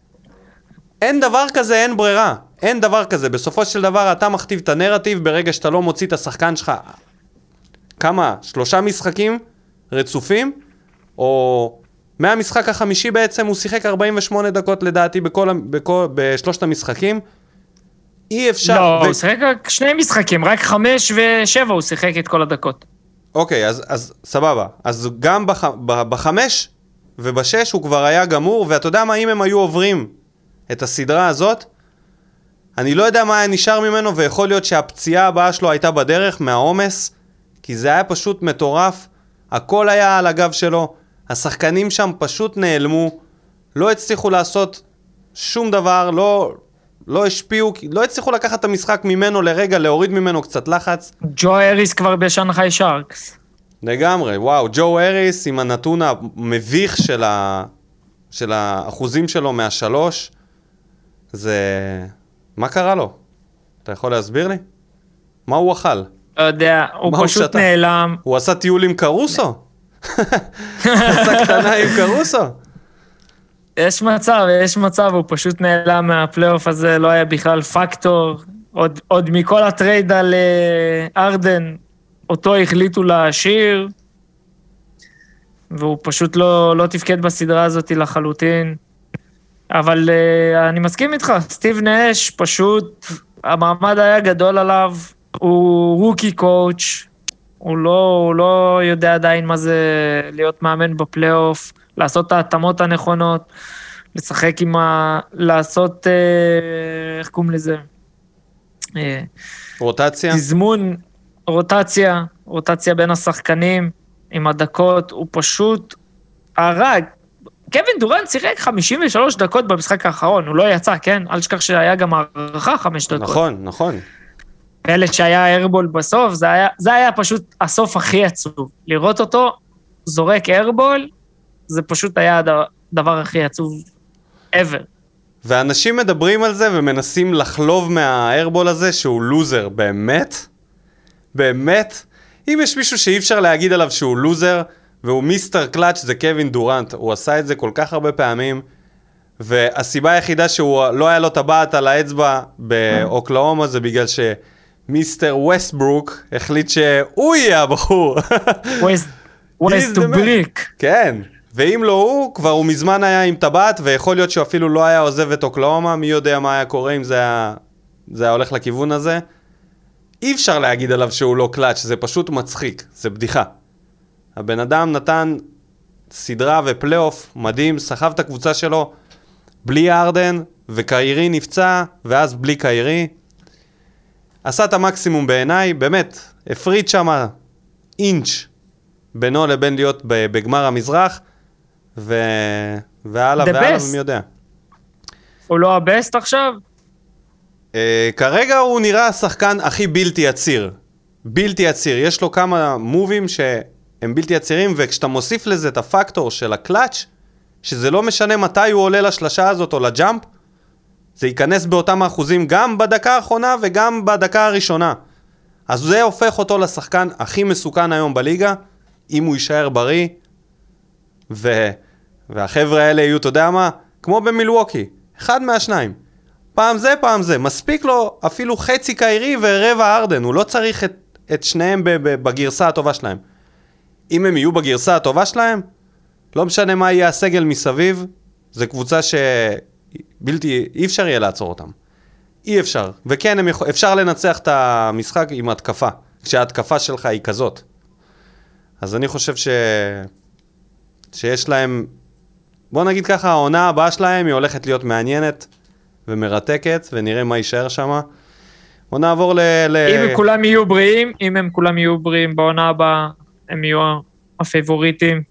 Speaker 1: אין דבר כזה, אין ברירה. אין דבר כזה. בסופו של דבר אתה מכתיב את הנרטיב ברגע שאתה לא מוציא את השחקן שלך. כמה? שלושה משחקים רצופים? או מהמשחק החמישי בעצם הוא שיחק ארבעים ושמונה דקות לדעתי בכל, בכל, בשלושת המשחקים. אי אפשר...
Speaker 2: לא, ו... הוא שיחק רק שני משחקים, רק חמש ושבע הוא שיחק את כל הדקות.
Speaker 1: אוקיי, אז, אז סבבה. אז גם בח, בחמש ובשש הוא כבר היה גמור, ואתה יודע מה, אם הם היו עוברים את הסדרה הזאת, אני לא יודע מה היה נשאר ממנו, ויכול להיות שהפציעה הבאה שלו הייתה בדרך מהעומס, כי זה היה פשוט מטורף, הכל היה על הגב שלו, השחקנים שם פשוט נעלמו, לא הצליחו לעשות שום דבר, לא... לא השפיעו, לא הצליחו לקחת את המשחק ממנו לרגע, להוריד ממנו קצת לחץ.
Speaker 2: ג'ו אריס כבר בשנחאי שרקס.
Speaker 1: לגמרי, וואו, ג'ו אריס עם הנתון המביך של, ה... של האחוזים שלו מהשלוש, זה... מה קרה לו? אתה יכול להסביר לי? מה הוא אכל?
Speaker 2: לא יודע, הוא פשוט הוא נעלם.
Speaker 1: הוא עשה טיול עם קרוסו? עשה קטנה עם קרוסו?
Speaker 2: יש מצב, יש מצב, הוא פשוט נעלם מהפלייאוף הזה, לא היה בכלל פקטור, עוד, עוד מכל הטרייד על ארדן, אותו החליטו להשאיר, והוא פשוט לא, לא תפקד בסדרה הזאת לחלוטין, אבל uh, אני מסכים איתך, סטיב נש פשוט, המעמד היה גדול עליו, הוא רוקי קואוץ', הוא לא, הוא לא יודע עדיין מה זה להיות מאמן בפלייאוף, לעשות את ההתאמות הנכונות, לשחק עם ה... לעשות, איך קוראים לזה?
Speaker 1: רוטציה?
Speaker 2: תזמון, רוטציה, רוטציה בין השחקנים, עם הדקות, הוא פשוט הרג. קווין דורנט שיחק חמישים ושלוש דקות במשחק האחרון, הוא לא יצא, כן? אל תשכח שהיה גם הערכה חמש דקות.
Speaker 1: נכון, נכון.
Speaker 2: אלה שהיה ארבול בסוף, זה היה, זה היה פשוט הסוף הכי עצוב. לראות אותו, זורק ארבול, זה פשוט היה הדבר הכי עצוב ever.
Speaker 1: ואנשים מדברים על זה ומנסים לחלוב מהארבול הזה שהוא לוזר, באמת? באמת? אם יש מישהו שאי אפשר להגיד עליו שהוא לוזר, והוא מיסטר קלאץ' זה קווין דורנט, הוא עשה את זה כל כך הרבה פעמים, והסיבה היחידה שהוא לא היה לו טבעת על האצבע באוקלאומה זה בגלל שמיסטר ווסטברוק החליט שהוא יהיה הבחור.
Speaker 2: ווסטבריק.
Speaker 1: כן. ואם לא הוא, כבר הוא מזמן היה עם טבעת, ויכול להיות שהוא אפילו לא היה עוזב את אוקלאומה, מי יודע מה היה קורה אם זה היה, זה היה הולך לכיוון הזה. אי אפשר להגיד עליו שהוא לא קלאץ', זה פשוט מצחיק, זה בדיחה. הבן אדם נתן סדרה ופלייאוף מדהים, סחב את הקבוצה שלו, בלי ארדן, וקיירי נפצע, ואז בלי קיירי. עשה את המקסימום בעיניי, באמת, הפריד שם אינץ' בינו לבין להיות בגמר המזרח, ו... והלאה והלאה, ומי יודע.
Speaker 2: הוא לא הבסט עכשיו?
Speaker 1: Uh, כרגע הוא נראה השחקן הכי בלתי יציר. בלתי יציר. יש לו כמה מובים שהם בלתי יצירים, וכשאתה מוסיף לזה את הפקטור של הקלאץ', שזה לא משנה מתי הוא עולה לשלשה הזאת או לג'אמפ, זה ייכנס באותם האחוזים גם בדקה האחרונה וגם בדקה הראשונה. אז זה הופך אותו לשחקן הכי מסוכן היום בליגה, אם הוא יישאר בריא, ו... והחבר'ה האלה יהיו, אתה יודע מה? כמו במילווקי, אחד מהשניים. פעם זה, פעם זה. מספיק לו אפילו חצי קיירי ורבע ארדן, הוא לא צריך את, את שניהם בגרסה הטובה שלהם. אם הם יהיו בגרסה הטובה שלהם, לא משנה מה יהיה הסגל מסביב, זה קבוצה שבלתי, אי אפשר יהיה לעצור אותם. אי אפשר. וכן, הם יכול, אפשר לנצח את המשחק עם התקפה, כשההתקפה שלך היא כזאת. אז אני חושב ש... שיש להם, בוא נגיד ככה, העונה הבאה שלהם היא הולכת להיות מעניינת ומרתקת, ונראה מה יישאר שם. בוא נעבור ל... ל...
Speaker 2: אם הם כולם יהיו בריאים, אם הם כולם יהיו בריאים בעונה הבאה, הם יהיו הפייבוריטים,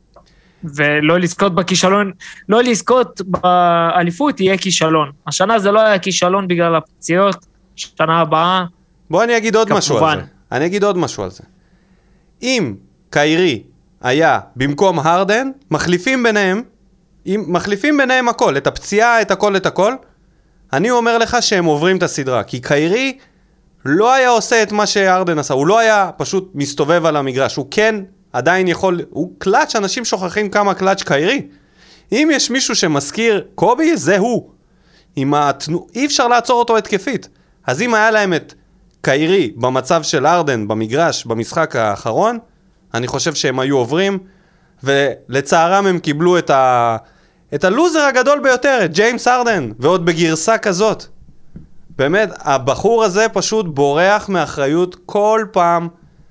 Speaker 2: ולא לזכות בכישלון, לא לזכות באליפות יהיה כישלון. השנה זה לא היה כישלון בגלל הפציעות, שנה הבאה...
Speaker 1: בוא אני אגיד עוד כמובן. משהו על זה. אני אגיד עוד משהו על זה. אם קיירי היה במקום הרדן, מחליפים ביניהם, מחליפים ביניהם הכל, את הפציעה, את הכל, את הכל, אני אומר לך שהם עוברים את הסדרה, כי קיירי לא היה עושה את מה שהרדן עשה, הוא לא היה פשוט מסתובב על המגרש, הוא כן עדיין יכול, הוא קלאץ', אנשים שוכחים כמה קלאץ' קיירי. אם יש מישהו שמזכיר קובי, זה הוא. עם התנו... אי אפשר לעצור אותו התקפית. אז אם היה להם את קיירי במצב של הרדן במגרש, במשחק האחרון, אני חושב שהם היו עוברים, ולצערם הם קיבלו את, ה... את הלוזר הגדול ביותר, את ג'יימס הרדן, ועוד בגרסה כזאת. באמת, הבחור הזה פשוט בורח מאחריות כל פעם,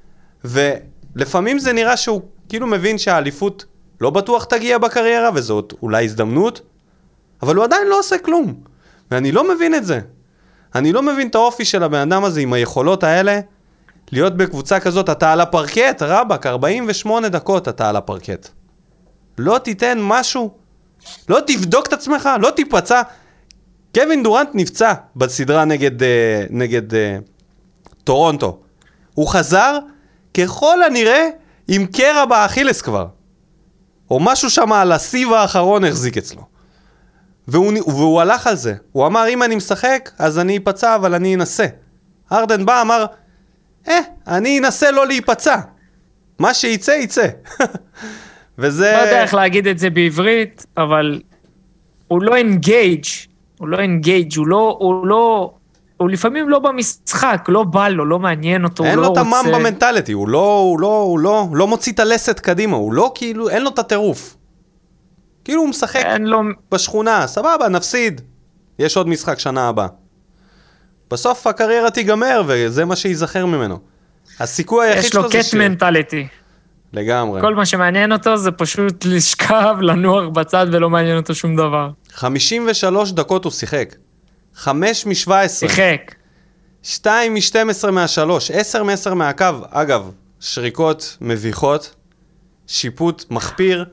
Speaker 1: ולפעמים זה נראה שהוא כאילו מבין שהאליפות לא בטוח תגיע בקריירה, וזאת אולי הזדמנות, אבל הוא עדיין לא עושה כלום. ואני לא מבין את זה. אני לא מבין את האופי של הבן אדם הזה עם היכולות האלה, להיות בקבוצה כזאת, אתה על הפרקט, רבק, ארבעים ושמונה דקות אתה על הפרקט. לא תיתן משהו, לא תבדוק את עצמך, לא תיפצע. קווין דורנט נפצע בסדרה נגד, נגד טורונטו. הוא חזר ככל הנראה עם קרע באכילס כבר. או משהו שם על הסיב האחרון החזיק אצלו. והוא, והוא הלך על זה. הוא אמר, אם אני משחק, אז אני אפצע, אבל אני אנסה. הרדן בא, אמר, אה, אני אנסה לא להיפצע. מה שיצא, יצא. וזה...
Speaker 2: לא יודע איך להגיד את זה בעברית, אבל הוא לא אינגייג', הוא לא אינגייג', הוא לא, הוא לא, הוא לפעמים לא במשחק, לא בא לו, לא מעניין אותו, הוא לא רוצה...
Speaker 1: אין לו את הממבה מנטליטי, הוא לא, הוא לא, הוא לא, לא מוציא את הלסת קדימה, הוא לא כאילו, אין לו את הטירוף. כאילו הוא משחק
Speaker 2: לו...
Speaker 1: בשכונה, סבבה, נפסיד. יש עוד משחק שנה הבאה. בסוף הקריירה תיגמר, וזה מה שיזכר ממנו. הסיכוי היחיד שלו זה ש...
Speaker 2: יש לו קט מנטליטי.
Speaker 1: לגמרי.
Speaker 2: כל מה שמעניין אותו זה פשוט לשכב, לנוח בצד, ולא מעניין אותו שום דבר.
Speaker 1: חמישים ושלוש דקות הוא שיחק. חמש משבע עשרה.
Speaker 2: שיחק.
Speaker 1: שתיים משתים עשרה מהשלוש. עשר מעשר מהקו. אגב, שריקות מביכות. שיפוט מחפיר.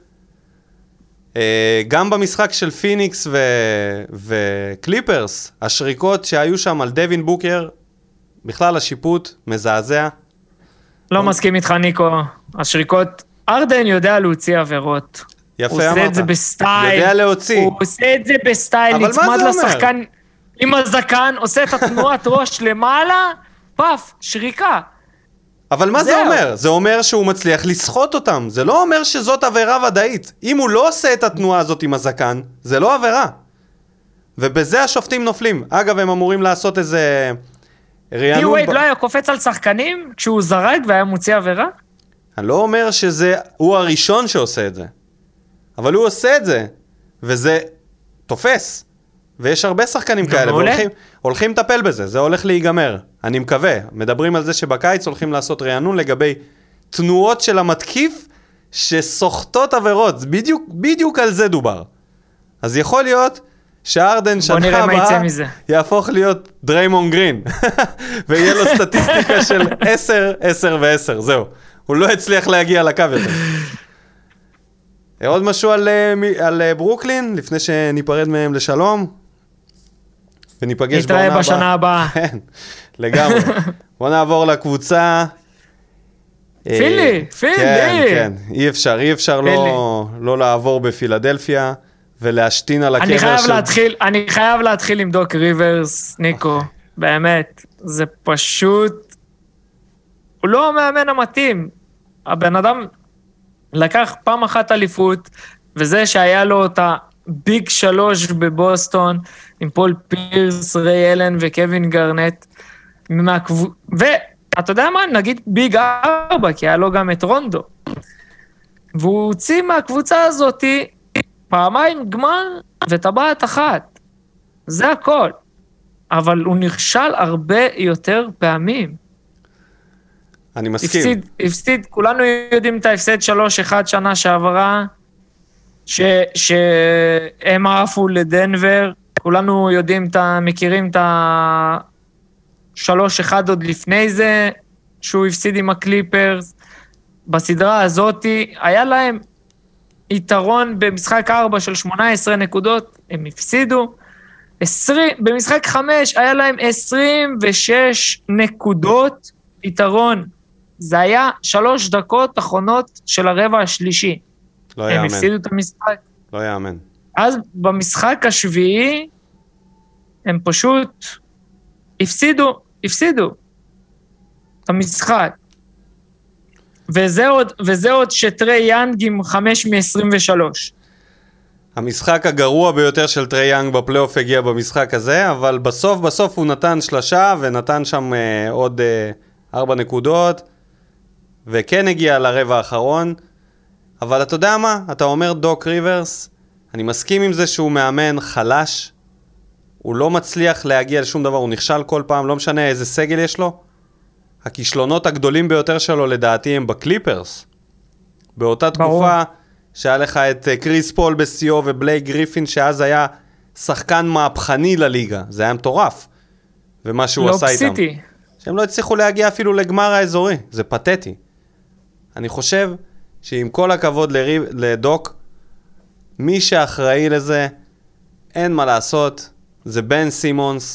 Speaker 1: גם במשחק של פיניקס ו... וקליפרס, השריקות שהיו שם על דווין בוקר, בכלל השיפוט מזעזע.
Speaker 2: לא מסכים איתך ניקו, השריקות, ארדן יודע להוציא עבירות.
Speaker 1: יפה
Speaker 2: אמרת. הוא עושה את זה בסטייל.
Speaker 1: יודע להוציא.
Speaker 2: הוא עושה את זה בסטייל, נצמד לשחקן עם הזקן, עושה את התנועת ראש למעלה, פף, שריקה.
Speaker 1: אבל מה זה אומר? זה אומר שהוא מצליח לסחוט אותם. זה לא אומר שזאת עבירה ודאית. אם הוא לא עושה את התנועה הזאת עם הזקן, זה לא עבירה. ובזה השופטים נופלים. אגב, הם אמורים לעשות איזה...
Speaker 2: די ווייד לא היה קופץ על שחקנים כשהוא זרק והיה מוציא עבירה?
Speaker 1: אני לא אומר שזה הוא הראשון שעושה את זה. אבל הוא עושה את זה. וזה תופס. ויש הרבה שחקנים כאלה, והולכים הולכים לטפל בזה, זה הולך להיגמר, אני מקווה. מדברים על זה שבקיץ הולכים לעשות רענון לגבי תנועות של המתקיף שסוחטות עבירות, בדיוק, בדיוק על זה דובר. אז יכול להיות שהארדן שנה הבאה יהפוך להיות דריימון גרין, ויהיה לו סטטיסטיקה של עשר, עשר ועשר, זהו. הוא לא הצליח להגיע לקו יותר. עוד משהו על, על ברוקלין, לפני שניפרד מהם לשלום? וניפגש בעונה הבאה.
Speaker 2: נתראה בשנה הבאה.
Speaker 1: כן, לגמרי. בוא נעבור לקבוצה.
Speaker 2: פילי, פילי.
Speaker 1: כן, כן, אי אפשר, אי אפשר לא, לא לעבור בפילדלפיה, ולהשתין על הקבר
Speaker 2: אני חייב
Speaker 1: של...
Speaker 2: להתחיל, אני חייב להתחיל עם דוק ריברס, ניקו, באמת. זה פשוט... הוא לא המאמן המתאים. הבן אדם לקח פעם אחת אליפות, וזה שהיה לו את הביג שלוש בבוסטון, עם פול פירס, ריי אלן וקווין גרנט, מהקבוצה, ואתה יודע מה, נגיד ביג ארבע, כי היה לו גם את רונדו. והוא הוציא מהקבוצה הזאת פעמיים גמר וטבעת אחת. זה הכל. אבל הוא נכשל הרבה יותר פעמים.
Speaker 1: אני מסכים.
Speaker 2: הפסיד, הפסיד, כולנו יודעים את ההפסד שלוש אחד שנה שעברה, ש, שהם עפו לדנבר, כולנו יודעים, מכירים את ה-שלוש אחד עוד לפני זה, שהוא הפסיד עם הקליפרס. בסדרה הזאת היה להם יתרון במשחק ארבע של שמונה עשרה נקודות, הם הפסידו. עשרים, במשחק חמש היה להם עשרים ושש נקודות יתרון. זה היה שלוש דקות אחרונות של הרבע השלישי.
Speaker 1: לא
Speaker 2: הם
Speaker 1: יאמן.
Speaker 2: הפסידו את המשחק.
Speaker 1: לא יאמן.
Speaker 2: אז במשחק השביעי, הם פשוט הפסידו, הפסידו את המשחק. וזה עוד, וזה עוד שטרי יאנג עם חמש מ-עשרים ושלוש.
Speaker 1: המשחק הגרוע ביותר של טרי יאנג בפלייאוף הגיע במשחק הזה, אבל בסוף בסוף הוא נתן שלשה ונתן שם אה, עוד אה, ארבע נקודות, וכן הגיע לרבע האחרון. אבל אתה יודע מה? אתה אומר דוק ריברס, אני מסכים עם זה שהוא מאמן חלש, הוא לא מצליח להגיע לשום דבר, הוא נכשל כל פעם, לא משנה איזה סגל יש לו. הכישלונות הגדולים ביותר שלו לדעתי הם בקליפרס. באותה
Speaker 2: ברור.
Speaker 1: תקופה שהיה לך את קריס פול בסיו ובלייק גריפין, שאז היה שחקן מהפכני לליגה, זה היה מטורף. ומה שהוא עשה איתם.
Speaker 2: סיטי.
Speaker 1: שהם לא הצליחו להגיע אפילו לגמר האזורי, זה פתטי. אני חושב שעם כל הכבוד לריב, לדוק, מי שאחראי לזה, אין מה לעשות, זה בן סימונס,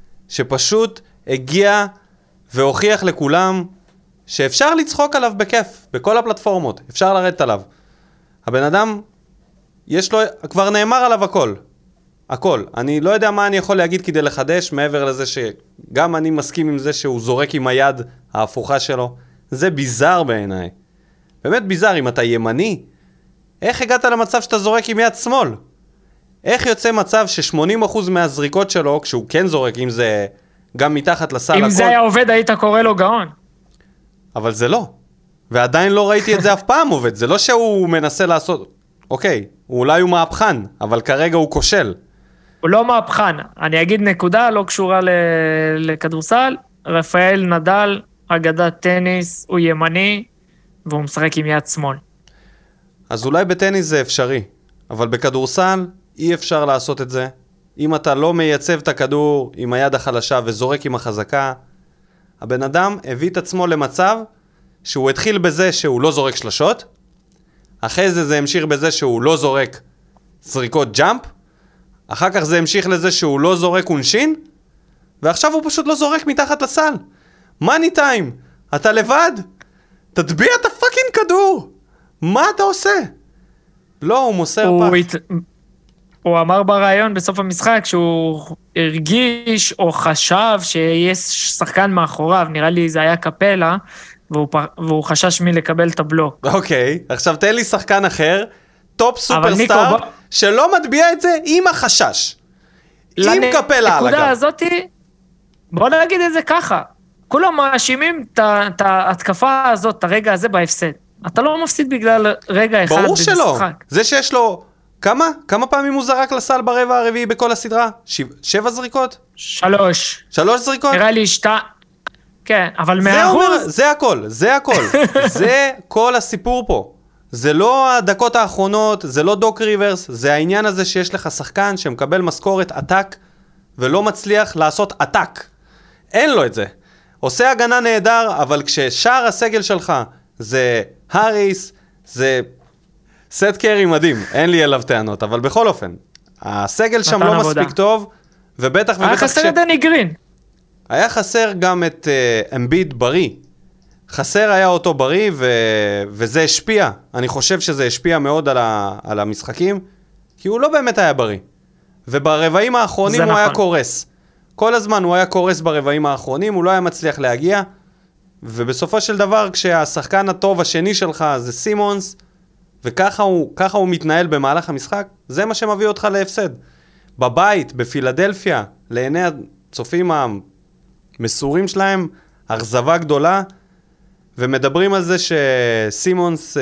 Speaker 1: שפשוט הגיע והוכיח לכולם שאפשר לצחוק עליו בכיף, בכל הפלטפורמות, אפשר לרדת עליו. הבן אדם, יש לו, כבר נאמר עליו הכל, הכל. אני לא יודע מה אני יכול להגיד כדי לחדש, מעבר לזה שגם אני מסכים עם זה שהוא זורק עם היד ההפוכה שלו. זה ביזר בעיניי. באמת ביזר, אם אתה ימני, איך הגעת למצב שאתה זורק עם יד שמאל? איך יוצא מצב ש-שמונים אחוז מהזריקות שלו, כשהוא כן זורק, אם זה גם מתחת לסל הכל...
Speaker 2: אם זה היה עובד, היית קורא לו גאון.
Speaker 1: אבל זה לא. ועדיין לא ראיתי את זה אף פעם עובד. זה לא שהוא מנסה לעשות... אוקיי, אולי הוא מהפכן, אבל כרגע הוא כושל.
Speaker 2: הוא לא מהפכן. אני אגיד נקודה, לא קשורה ל... לכדורסל. רפאל נדל, אגדת טניס, הוא ימני, והוא משחק עם יד שמאל.
Speaker 1: אז אולי בטניס זה אפשרי, אבל בכדורסל אי אפשר לעשות את זה. אם אתה לא מייצב את הכדור עם היד החלשה וזורק עם החזקה, הבן אדם הביא את עצמו למצב שהוא התחיל בזה שהוא לא זורק שלשות, אחרי זה זה המשיך בזה שהוא לא זורק זריקות ג'אמפ, אחר כך זה המשיך לזה שהוא לא זורק עונשין, ועכשיו הוא פשוט לא זורק מתחת לסל. מאני טיים, אתה לבד? תטביע את הפאקינג כדור. מה אתה עושה? לא, הוא מוסר
Speaker 2: הוא
Speaker 1: פח.
Speaker 2: הת... הוא אמר ברעיון בסוף המשחק שהוא הרגיש או חשב שיש שחקן מאחוריו, נראה לי זה היה קפלה, והוא, פ... והוא חשש מלקבל את הבלוק.
Speaker 1: אוקיי, עכשיו תן לי שחקן אחר, טופ סופרסטאר,
Speaker 2: בוא...
Speaker 1: שלא מטביע את זה עם החשש. עם קפלה על הגב.
Speaker 2: הנקודה הזאת, בוא נגיד את זה ככה, כולם מאשימים את ההתקפה הזאת, את הרגע הזה בהפסד. אתה לא מפסיד בגלל רגע אחד
Speaker 1: ברור
Speaker 2: במשחק.
Speaker 1: שלא. זה שיש לו... כמה? כמה פעמים הוא זרק לסל ברבע הרביעי בכל הסדרה? שבע, שבע זריקות?
Speaker 2: שלוש.
Speaker 1: שלוש זריקות?
Speaker 2: נראה לי שתה... כן, אבל
Speaker 1: זה
Speaker 2: מאה
Speaker 1: אומר,
Speaker 2: אחוז...
Speaker 1: זה הכל, זה הכל. זה כל הסיפור פה. זה לא הדקות האחרונות, זה לא דוק ריברס, זה העניין הזה שיש לך שחקן שמקבל משכורת עתק, ולא מצליח לעשות עתק. אין לו את זה. עושה הגנה נהדר, אבל כששאר הסגל שלך זה הריס, זה סט קרי מדהים, אין לי אליו טענות, אבל בכל אופן, הסגל שם לא עבודה. מספיק טוב, ובטח ובטח...
Speaker 2: היה חסר ש... את דני גרין.
Speaker 1: היה חסר גם את uh, אמביד בריא. חסר היה אותו בריא, ו... וזה השפיע. אני חושב שזה השפיע מאוד על, ה... על המשחקים, כי הוא לא באמת היה בריא. וברבעים האחרונים הוא נכון. היה קורס. כל הזמן הוא היה קורס ברבעים האחרונים, הוא לא היה מצליח להגיע, ובסופו של דבר, כשהשחקן הטוב השני שלך זה סימונס, וככה הוא, ככה הוא מתנהל במהלך המשחק, זה מה שמביא אותך להפסד. בבית, בפילדלפיה, לעיני הצופים המסורים שלהם, אכזבה גדולה, ומדברים על זה שסימונס אה,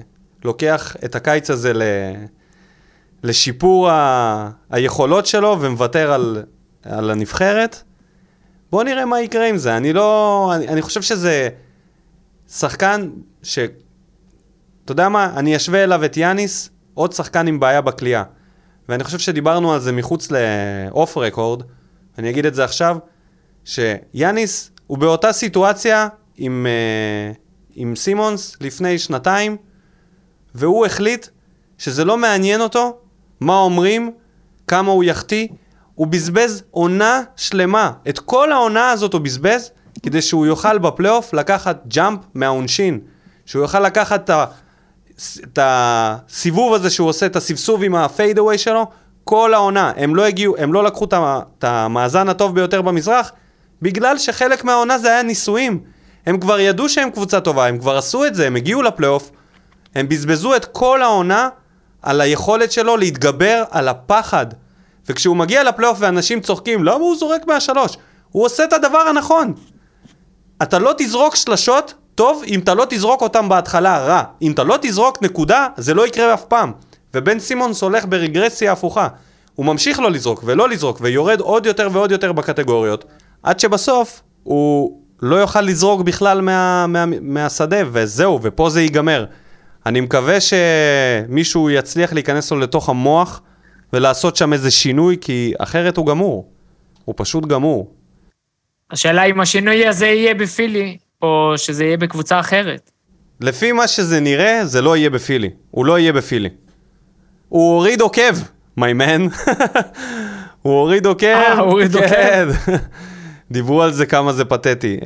Speaker 1: לוקח את הקיץ הזה ל... לשיפור ה... היכולות שלו, ומוותר על על הנבחרת, בוא נראה מה יקרה עם זה. אני לא, אני, אני חושב שזה שחקן ש... אתה יודע מה? אני אשווה אליו את יאניס, עוד שחקן עם בעיה בקליעה. ואני חושב שדיברנו על זה מחוץ לאוף רקורד, אני אגיד את זה עכשיו, שיאניס הוא באותה סיטואציה עם, עם סימונס לפני שנתיים, והוא החליט שזה לא מעניין אותו מה אומרים, כמה הוא יחטיא, הוא בזבז עונה שלמה. את כל העונה הזאת הוא בזבז, כדי שהוא יוכל בפלייאוף לקחת ג'אמפ מהעונשין, שהוא יוכל לקחת את ה... את הסיבוב הזה שהוא עושה, את הסבסוב עם הפיידאווי שלו, כל העונה, הם לא הגיעו, הם לא לקחו את המאזן הטוב ביותר במזרח, בגלל שחלק מהעונה זה היה ניסויים. הם כבר ידעו שהם קבוצה טובה, הם כבר עשו את זה, הם הגיעו לפלייאוף, הם בזבזו את כל העונה על היכולת שלו להתגבר על הפחד. וכשהוא מגיע לפלייאוף ואנשים צוחקים, למה הוא זורק מהשלוש? הוא עושה את הדבר הנכון. אתה לא תזרוק שלשות טוב אם אתה לא תזרוק אותם בהתחלה רע. אם אתה לא תזרוק נקודה, זה לא יקרה אף פעם. ובן סימונס הולך ברגרסיה הפוכה. הוא ממשיך לא לזרוק ולא לזרוק, ויורד עוד יותר ועוד יותר בקטגוריות, עד שבסוף הוא לא יוכל לזרוק בכלל מה, מה, מהשדה, וזהו, ופה זה ייגמר. אני מקווה שמישהו יצליח להיכנס לו לתוך המוח, ולעשות שם איזה שינוי, כי אחרת הוא גמור. הוא פשוט גמור.
Speaker 2: השאלה אם השינוי הזה יהיה בפילי, או שזה יהיה בקבוצה אחרת.
Speaker 1: לפי מה שזה נראה, זה לא יהיה בפילי. הוא לא יהיה בפילי. הוא הוריד עוקב, my man. הוא הוריד עוקב.
Speaker 2: אה, הוא הוריד עוקב.
Speaker 1: דיברו על זה כמה זה פתטי.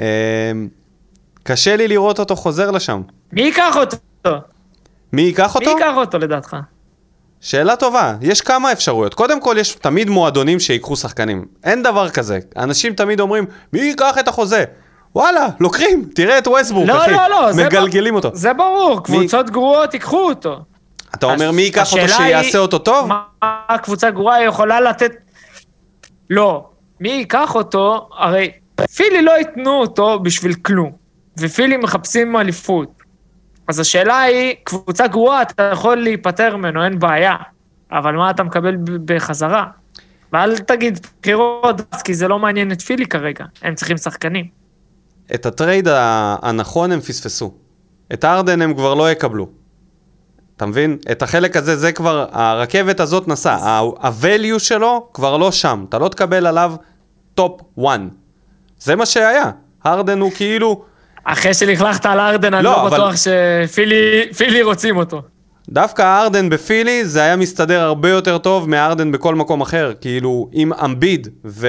Speaker 1: קשה לי לראות אותו חוזר לשם.
Speaker 2: מי ייקח אותו?
Speaker 1: מי ייקח אותו?
Speaker 2: מי ייקח אותו לדעתך?
Speaker 1: שאלה טובה, יש כמה אפשרויות. קודם כל, יש תמיד מועדונים שיקחו שחקנים. אין דבר כזה. אנשים תמיד אומרים, מי ייקח את החוזה? וואלה, לוקחים, תראה את ווסטברוק,
Speaker 2: לא,
Speaker 1: אחי.
Speaker 2: לא, לא,
Speaker 1: מגלגלים אותו.
Speaker 2: זה ברור, קבוצות מי... גרועות ייקחו אותו.
Speaker 1: אתה אומר, מי ייקח אותו שיעשה אותו טוב?
Speaker 2: מה הקבוצה גרועה יכולה לתת... לא, מי ייקח אותו, הרי פילי לא ייתנו אותו בשביל כלום, ופילי מחפשים אליפות. אז השאלה היא, קבוצה גרועה, אתה יכול להיפטר ממנו, אין בעיה, אבל מה אתה מקבל בחזרה? ואל תגיד בחירות, כי זה לא מעניין את פילי כרגע, הם צריכים שחקנים.
Speaker 1: את הטרייד הנכון הם פספסו. את ארדן הם כבר לא יקבלו. אתה מבין? את החלק הזה, זה כבר, הרכבת הזאת נסע, ה-value שלו כבר לא שם, אתה לא תקבל עליו טופ אחת. זה מה שהיה. ארדן הוא כאילו...
Speaker 2: אחרי שלכלכת על ארדן, אני לא בטוח שפילי רוצים אותו.
Speaker 1: דווקא הארדן בפילי, זה היה מסתדר הרבה יותר טוב מהארדן בכל מקום אחר. כאילו, עם אמביד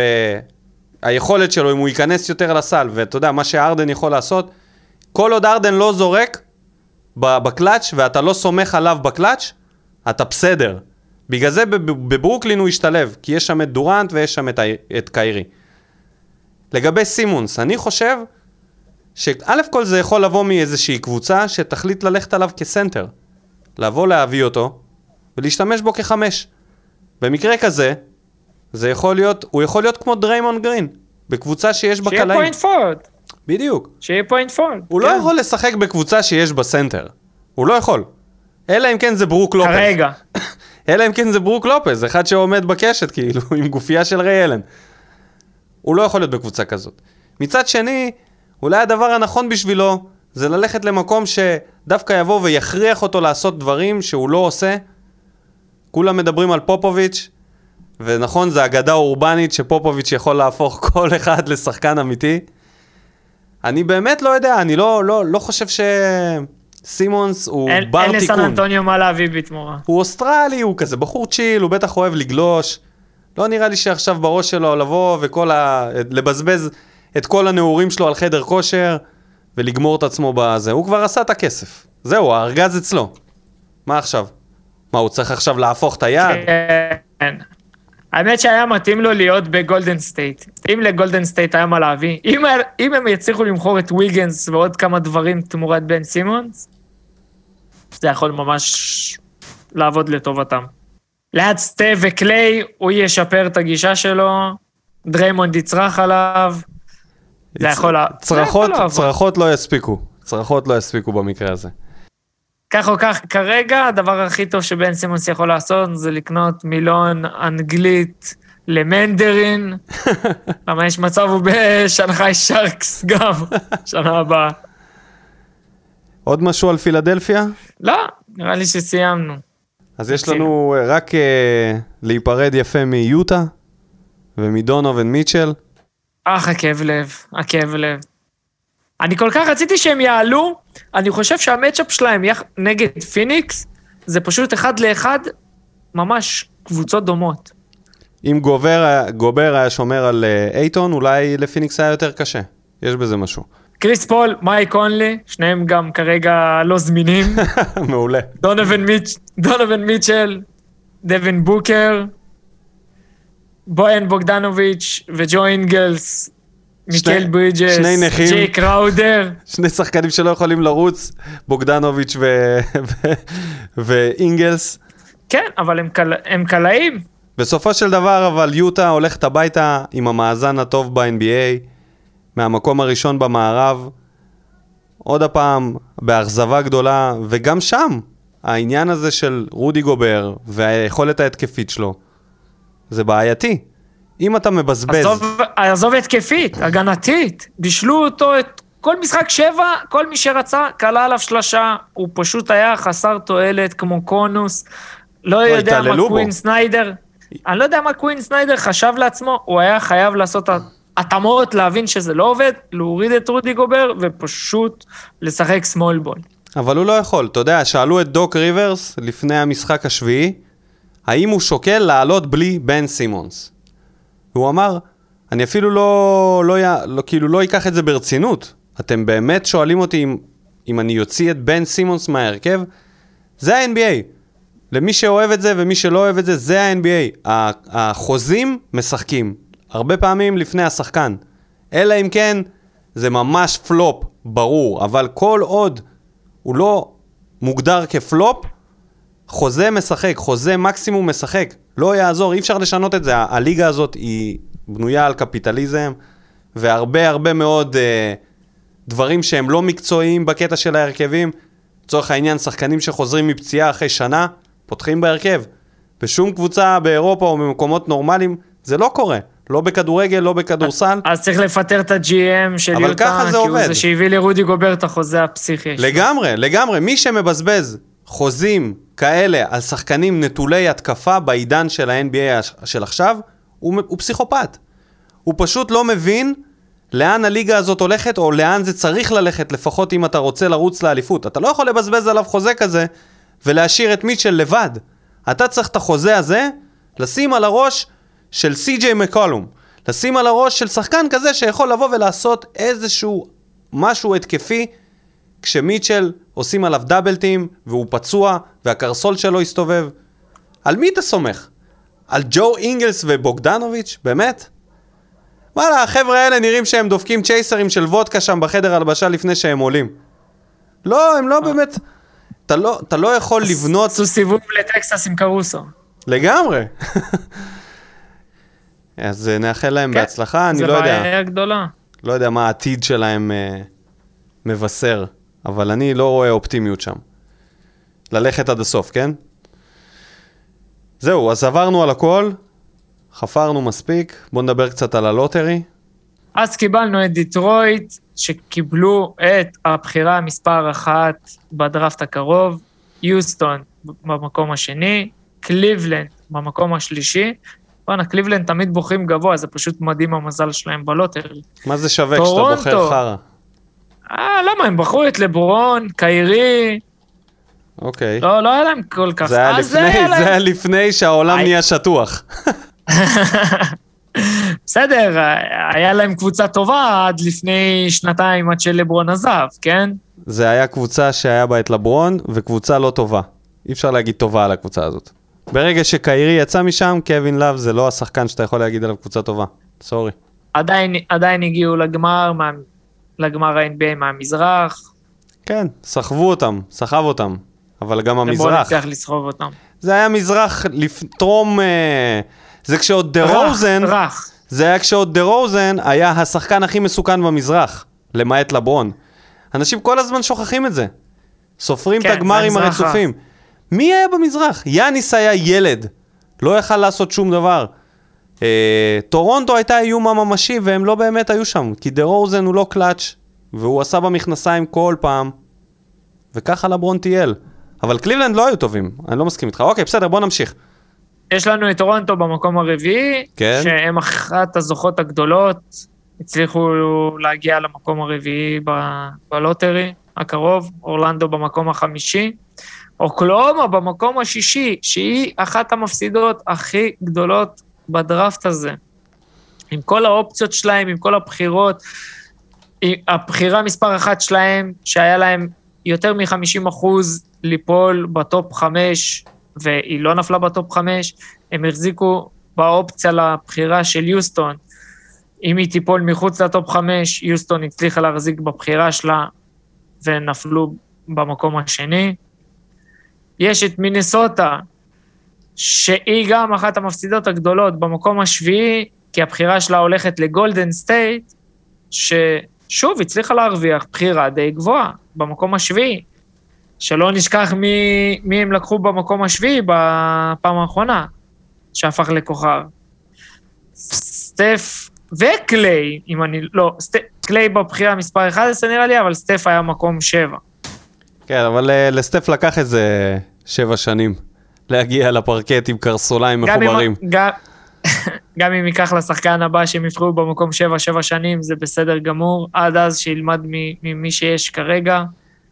Speaker 1: והיכולת שלו, אם הוא ייכנס יותר לסל, ואתה יודע, מה שהארדן יכול לעשות, כל עוד ארדן לא זורק בקלאץ' ואתה לא סומך עליו בקלאץ', אתה בסדר. בגלל זה בברוקלין הוא ישתלב, כי יש שם את דורנט ויש שם את, את קיירי. לגבי סימונס, אני חושב שא' כל זה יכול לבוא מאיזושהי קבוצה שתחליט ללכת עליו כסנטר. לבוא להביא אותו ולהשתמש בו כחמש. במקרה כזה, זה יכול להיות, הוא יכול להיות כמו דריימונד גרין, בקבוצה שיש בה קלעים.
Speaker 2: שיהיה פוינט פורד.
Speaker 1: בדיוק.
Speaker 2: שיהיה פוינט פורד.
Speaker 1: הוא כן. לא יכול לשחק בקבוצה שיש בה סנטר. הוא לא יכול. אלא אם כן זה ברוק לופז.
Speaker 2: כרגע.
Speaker 1: אלא אם כן זה ברוק לופז, אחד שעומד בקשת כאילו, עם גופייה של ריי אלן. הוא לא יכול להיות בקבוצה כזאת. מצד שני, אולי הדבר הנכון בשבילו, זה ללכת למקום שדווקא יבוא ויכריח אותו לעשות דברים שהוא לא עושה. כולם מדברים על פופוביץ', ונכון, זה אגדה אורבנית שפופוביץ' יכול להפוך כל אחד לשחקן אמיתי. אני באמת לא יודע, אני לא, לא, לא חושב שסימונס הוא
Speaker 2: אין,
Speaker 1: בר
Speaker 2: אין
Speaker 1: תיקון.
Speaker 2: אין לסן אנטוניו מה להביא בתמורה.
Speaker 1: הוא אוסטרלי, הוא כזה בחור צ'יל, הוא בטח אוהב לגלוש. לא נראה לי שעכשיו בראש שלו לבוא וכל ה... לבזבז את כל הנעורים שלו על חדר כושר, ולגמור את עצמו בזה. הוא כבר עשה את הכסף. זהו, הארגז אצלו. מה עכשיו? מה, הוא צריך עכשיו להפוך את היד?
Speaker 2: כן. האמת שהיה מתאים לו להיות בגולדן סטייט. אם לגולדן סטייט היה מה להביא, אם, אם הם יצליחו למכור את ויגנס ועוד כמה דברים תמורת בן סימונס, זה יכול ממש לעבוד לטובתם. ליד סטה וקליי, הוא ישפר את הגישה שלו, דריימונד יצרח עליו, זה יכול לעבוד.
Speaker 1: צרחות, צרחות לא יספיקו. צרחות לא יספיקו במקרה הזה.
Speaker 2: כך או כך, כרגע הדבר הכי טוב שבן סימונס יכול לעשות, זה לקנות מילון אנגלית למנדרין, למה יש מצב הוא בשנחאי שרקס גם, שנה הבאה.
Speaker 1: עוד משהו על פילדלפיה?
Speaker 2: לא, נראה לי שסיימנו.
Speaker 1: אז יש לנו רק uh, להיפרד יפה מיוטה, ומדונובין מיטשל.
Speaker 2: אך, הכאב לב, הכאב לב. אני כל כך רציתי שהם יעלו, אני חושב שהמצ'אפ שלהם יח... נגד פיניקס, זה פשוט אחד לאחד, ממש קבוצות דומות.
Speaker 1: אם גובר, גובר היה שומר על uh, אייטון, אולי לפיניקס היה יותר קשה. יש בזה משהו.
Speaker 2: קריס פול, מייק קונלי, שניהם גם כרגע לא זמינים.
Speaker 1: מעולה.
Speaker 2: דונובין מיטש, דונובין מיטשל, דווין בוקר, בויין בוגדנוביץ' וג'ו אינגלס, מיקל ברידג'ס,
Speaker 1: שני נכים.
Speaker 2: ג'ייק ראודר.
Speaker 1: שני שחקנים שלא יכולים לרוץ, בוגדנוביץ' ו... ו... ואינגלס.
Speaker 2: כן, אבל הם, קל... הם קלעים.
Speaker 1: בסופו של דבר, אבל יוטה הולכת הביתה עם המאזן הטוב ב-אן בי איי, מהמקום הראשון במערב, עוד הפעם באכזבה גדולה, וגם שם, העניין הזה של רודי גובר, והיכולת ההתקפית שלו, זה בעייתי. אם אתה מבזבז...
Speaker 2: עזוב, עזוב התקפית, הגנתית, בישלו אותו את כל משחק שבע, כל מי שרצה, קלה עליו שלושה, הוא פשוט היה חסר תועלת כמו קונוס, לא יודע מה קווין סניידר, אני לא יודע מה קווין סניידר חשב לעצמו, הוא היה חייב לעשות התאמות, להבין שזה לא עובד, להוריד את רודי גובר, ופשוט לשחק סמול בול.
Speaker 1: אבל הוא לא יכול, אתה יודע, שאלו את דוק ריברס לפני המשחק השביעי, האם הוא שוקל לעלות בלי בן סימונס. והוא אמר, אני אפילו לא, לא, לא, כאילו לא אקח את זה ברצינות. אתם באמת שואלים אותי אם, אם אני יוציא את בן סימונס מההרכב? זה ה-אן בי איי. למי שאוהב את זה ומי שלא אוהב את זה, זה ה-אן בי איי. החוזים משחקים. הרבה פעמים לפני השחקן. אלא אם כן, זה ממש פלופ, ברור. אבל כל עוד הוא לא מוגדר כפלופ, חוזה משחק, חוזה מקסימום משחק. לא יעזור, אי אפשר לשנות את זה. הליגה הזאת היא בנויה על קפיטליזם, והרבה הרבה מאוד אה, דברים שהם לא מקצועיים בקטע של ההרכבים. לצורך העניין, שחקנים שחוזרים מפציעה אחרי שנה, פותחים בהרכב. בשום קבוצה באירופה או במקומות נורמליים, זה לא קורה. לא בכדורגל, לא בכדורסל.
Speaker 2: אז צריך לפטר את הג'י אם של יוטה,
Speaker 1: אבל ככה זה עובד.
Speaker 2: כי הוא זה שהביא לרודי גובר את החוזה הפסיכי.
Speaker 1: לגמרי, לגמרי. מי שמבזבז חוזים כאלה על שחקנים נטולי התקפה בעידן של ה-אן בי איי של עכשיו, הוא, הוא פסיכופת. הוא פשוט לא מבין לאן הליגה הזאת הולכת, או לאן זה צריך ללכת, לפחות אם אתה רוצה לרוץ לאליפות. אתה לא יכול לבזבז עליו חוזה כזה, ולהשאיר את מיטשל לבד. אתה צריך את החוזה הזה, לשים על הראש של סי-ג'יי מקולום. לשים על הראש של שחקן כזה, שיכול לבוא ולעשות איזשהו משהו התקפי, כשמיטשל עושים עליו דאבל טים, והוא פצוע, והקרסול שלו יסתובב. על מי אתה סומך? על ג'ו אינגלס ובוגדנוביץ'? באמת? וואלה, החבר'ה האלה נראים שהם דופקים צ'ייסרים של וודקה שם בחדר הלבשה לפני שהם עולים. לא, הם לא באמת... אתה לא, אתה לא יכול לבנות...
Speaker 2: עשו סיבוב לטקסס עם קרוסו.
Speaker 1: לגמרי. אז נאחל להם בהצלחה, אני לא יודע...
Speaker 2: זה בעיה גדולה.
Speaker 1: לא יודע מה העתיד שלהם מבשר, אבל אני לא רואה אופטימיות שם. ללכת עד הסוף, כן? זהו, אז עברנו על הכל, חפרנו מספיק, בואו נדבר קצת על הלוטרי.
Speaker 2: אז קיבלנו את דיטרויט, שקיבלו את הבחירה מספר אחת בדראפט הקרוב, יוסטון במקום השני, קליבלנד במקום השלישי, בואנה, קליבלנד תמיד בוחרים גבוה, זה פשוט מדהים המזל שלהם בלוטרי.
Speaker 1: מה זה שווה כשאתה בוחר חרה?
Speaker 2: אה, למה? הם בחרו את לברון, קיירי.
Speaker 1: אוקיי.
Speaker 2: לא, לא היה להם כל כך.
Speaker 1: זה היה לפני, זה היה לפני שהעולם נהיה שטוח.
Speaker 2: בסדר, היה להם קבוצה טובה עד לפני שנתיים עד שלברון עזב, כן?
Speaker 1: זה היה קבוצה שהיה בה את לברון, וקבוצה לא טובה. אי אפשר להגיד טובה על הקבוצה הזאת. ברגע שקיירי יצא משם, קווין לב זה לא השחקן שאתה יכול להגיד עליו קבוצה טובה. סורי.
Speaker 2: עדיין, עדיין הגיעו לגמר, מה, לגמר ה-אן בי איי מהמזרח.
Speaker 1: כן, סחבו אותם, סחב אותם. אבל גם המזרח.
Speaker 2: בוא נצליח לסחוב אותם.
Speaker 1: זה היה מזרח לפטרום... זה כשעוד דה רוזן...
Speaker 2: רך.
Speaker 1: זה היה כשעוד דה רוזן היה השחקן הכי מסוכן במזרח, למעט לברון. אנשים כל הזמן שוכחים את זה. סופרים כן, את הגמרים הרצופים. מי היה במזרח? יאניס היה ילד. לא יכל לעשות שום דבר. טורונטו הייתה איום הממשי, והם לא באמת היו שם, כי דה רוזן הוא לא קלאץ', והוא עשה במכנסיים כל פעם, וככה לברון טייל. אבל קליבלנד לא היו טובים, אני לא מסכים איתך. אוקיי, בסדר, בוא נמשיך.
Speaker 2: יש לנו את טורונטו במקום הרביעי,
Speaker 1: כן.
Speaker 2: שהם אחת הזוכות הגדולות, הצליחו להגיע למקום הרביעי ב- בלוטרי הקרוב, אורלנדו במקום החמישי, אוקלאומה במקום השישי, שהיא אחת המפסידות הכי גדולות בדראפט הזה. עם כל האופציות שלהם, עם כל הבחירות, הבחירה מספר אחת שלהם, שהיה להם יותר מ-חמישים אחוז ליפול בטופ חמש, והיא לא נפלה בטופ חמש, הם החזיקו באופציה לבחירה של יוסטון, אם היא תיפול מחוץ לטופ חמש, יוסטון הצליחה להחזיק בבחירה שלה, ונפלו במקום השני. יש את מינסוטה, שהיא גם אחת המפסידות הגדולות במקום השביעי, כי הבחירה שלה הולכת לגולדן סטייט, ששוב הצליחה להרוויח בחירה די גבוהה במקום השביעי, שלא נשכח מי, מי הם לקחו במקום השביעי בפעם האחרונה, שהפך לכוכב. סטף וקליי, אם אני, לא, סט, קליי בבחירה מספר אחת עשרה נראה לי, אבל סטף היה מקום שבע.
Speaker 1: כן, אבל uh, לסטף לקח איזה שבע שנים, להגיע לפרקט עם קרסוליים מחוברים.
Speaker 2: אם, גם, גם אם ייקח לשחקן הבא שהם יבחרו במקום שבע, שבע שנים, זה בסדר גמור, עד אז שילמד ממי שיש כרגע.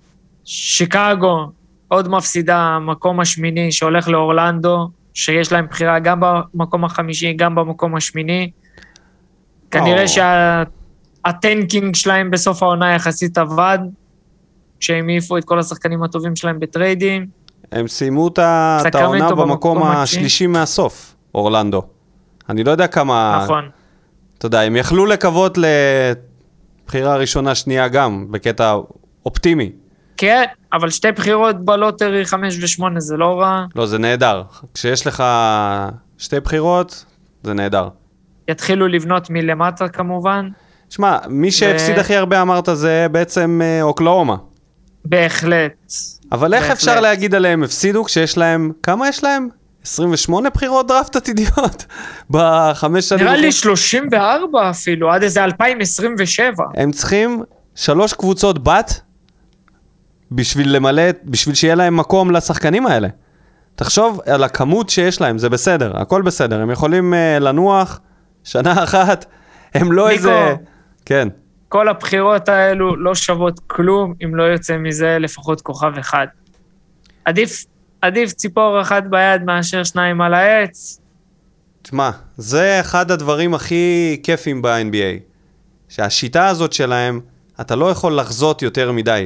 Speaker 2: שיקגו, עוד מפסידה, מקום השמיני שהולך לאורלנדו, שיש להם בחירה גם במקום החמישי, גם במקום השמיני. כנראה שהטנקינג שלהם בסוף העונה יחסית עבד, כשהם העיפו את כל השחקנים הטובים שלהם בטריידים.
Speaker 1: הם סיימו את העונה במקום השלישי מהסוף, אורלנדו. אני לא יודע כמה...
Speaker 2: נכון.
Speaker 1: אתה יודע, הם יכלו לקוות לבחירה ראשונה שנייה גם, בקטע אופטימי.
Speaker 2: כן, אבל שתי בחירות בלוטרי חמש ושמונה זה לא רע.
Speaker 1: לא, זה נהדר. כשיש לך שתי בחירות, זה נהדר.
Speaker 2: יתחילו לבנות מלמטה כמובן.
Speaker 1: שמע, מי שהפסיד ו... הכי הרבה אמרת זה בעצם אה, אוקלאומה.
Speaker 2: בהחלט.
Speaker 1: אבל איך
Speaker 2: בהחלט.
Speaker 1: אפשר להגיד עליהם הפסידו כשיש להם, כמה יש להם? עשרים ושמונה בחירות דראפט עתידיות בחמש שנים.
Speaker 2: נראה לי שלושים וארבע אפילו, עד איזה אלפיים עשרים ושבע.
Speaker 1: הם צריכים שלוש קבוצות בת, בשביל למלא, בשביל שיהיה להם מקום לשחקנים האלה. תחשוב על הכמות שיש להם, זה בסדר, הכל בסדר, הם יכולים uh, לנוח שנה אחת, הם לא
Speaker 2: ניקו,
Speaker 1: איזה... כן.
Speaker 2: כל הבחירות האלו לא שוות כלום, אם לא יוצא מזה לפחות כוכב אחד. עדיף, עדיף ציפור אחת ביד מאשר שניים על העץ.
Speaker 1: תשמע, זה אחד הדברים הכי כיפים ב-אן בי איי, שהשיטה הזאת שלהם, אתה לא יכול לחזות יותר מדי.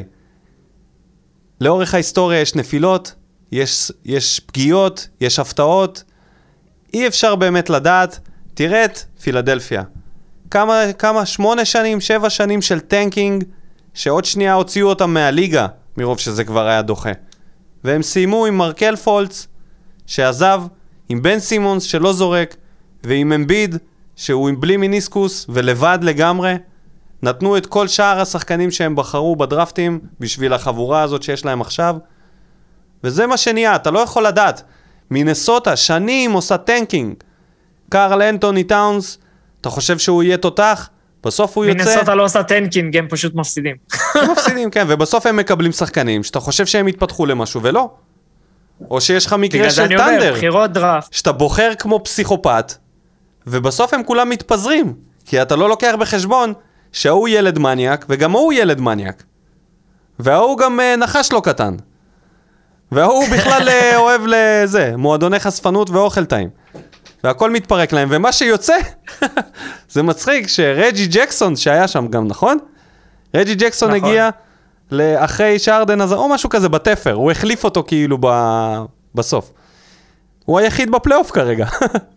Speaker 1: לאורך ההיסטוריה יש נפילות, יש, יש פגיעות, יש הפתעות, אי אפשר באמת לדעת. תראה את פילדלפיה. כמה, כמה, שמונה שנים, שבע שנים של טנקינג, שעוד שנייה הוציאו אותם מהליגה, מרוב שזה כבר היה דוחה. והם סיימו עם מרקל פולץ, שעזב, עם בן סימונס שלא זורק, ועם אמביד, שהוא עם בלי מיניסקוס ולבד לגמרי. נתנו את כל שאר השחקנים שהם בחרו בדרפטים בשביל החבורה הזאת שיש להם עכשיו. וזה מה שנהיה, אתה לא יכול לדעת. מינסוטה, שנים עושה טנקינג. קארל אנטוני טאונס, אתה חושב שהוא יהיה תותח? בסוף הוא יוצא...
Speaker 2: מינסוטה לא עושה טנקינג, הם פשוט מפסידים.
Speaker 1: הם מפסידים, כן, ובסוף הם מקבלים שחקנים, שאתה חושב שהם יתפתחו למשהו, ולא. או שיש לך מקרה של טנדר. בגלל זה אני אומר,
Speaker 2: בחירות דראפט.
Speaker 1: שאתה בוחר כמו פסיכופת, ובסוף הם כולם מתפזרים. כי אתה לא לוקח בחשבון שהוא ילד מניאק, וגם הוא ילד מניאק. והוא גם uh, נחש לא קטן. והוא בכלל uh, אוהב לזה, מועדוני חשפנות ואוכל טעים. והכל מתפרק להם, ומה שיוצא, זה מצחיק שרג'י ג'קסון, שהיה שם גם, נכון? רג'י ג'קסון נכון. הגיע לאחרי שארדן הזה, או משהו כזה בתפר, הוא החליף אותו כאילו ב... בסוף. הוא היחיד בפלייאוף כרגע.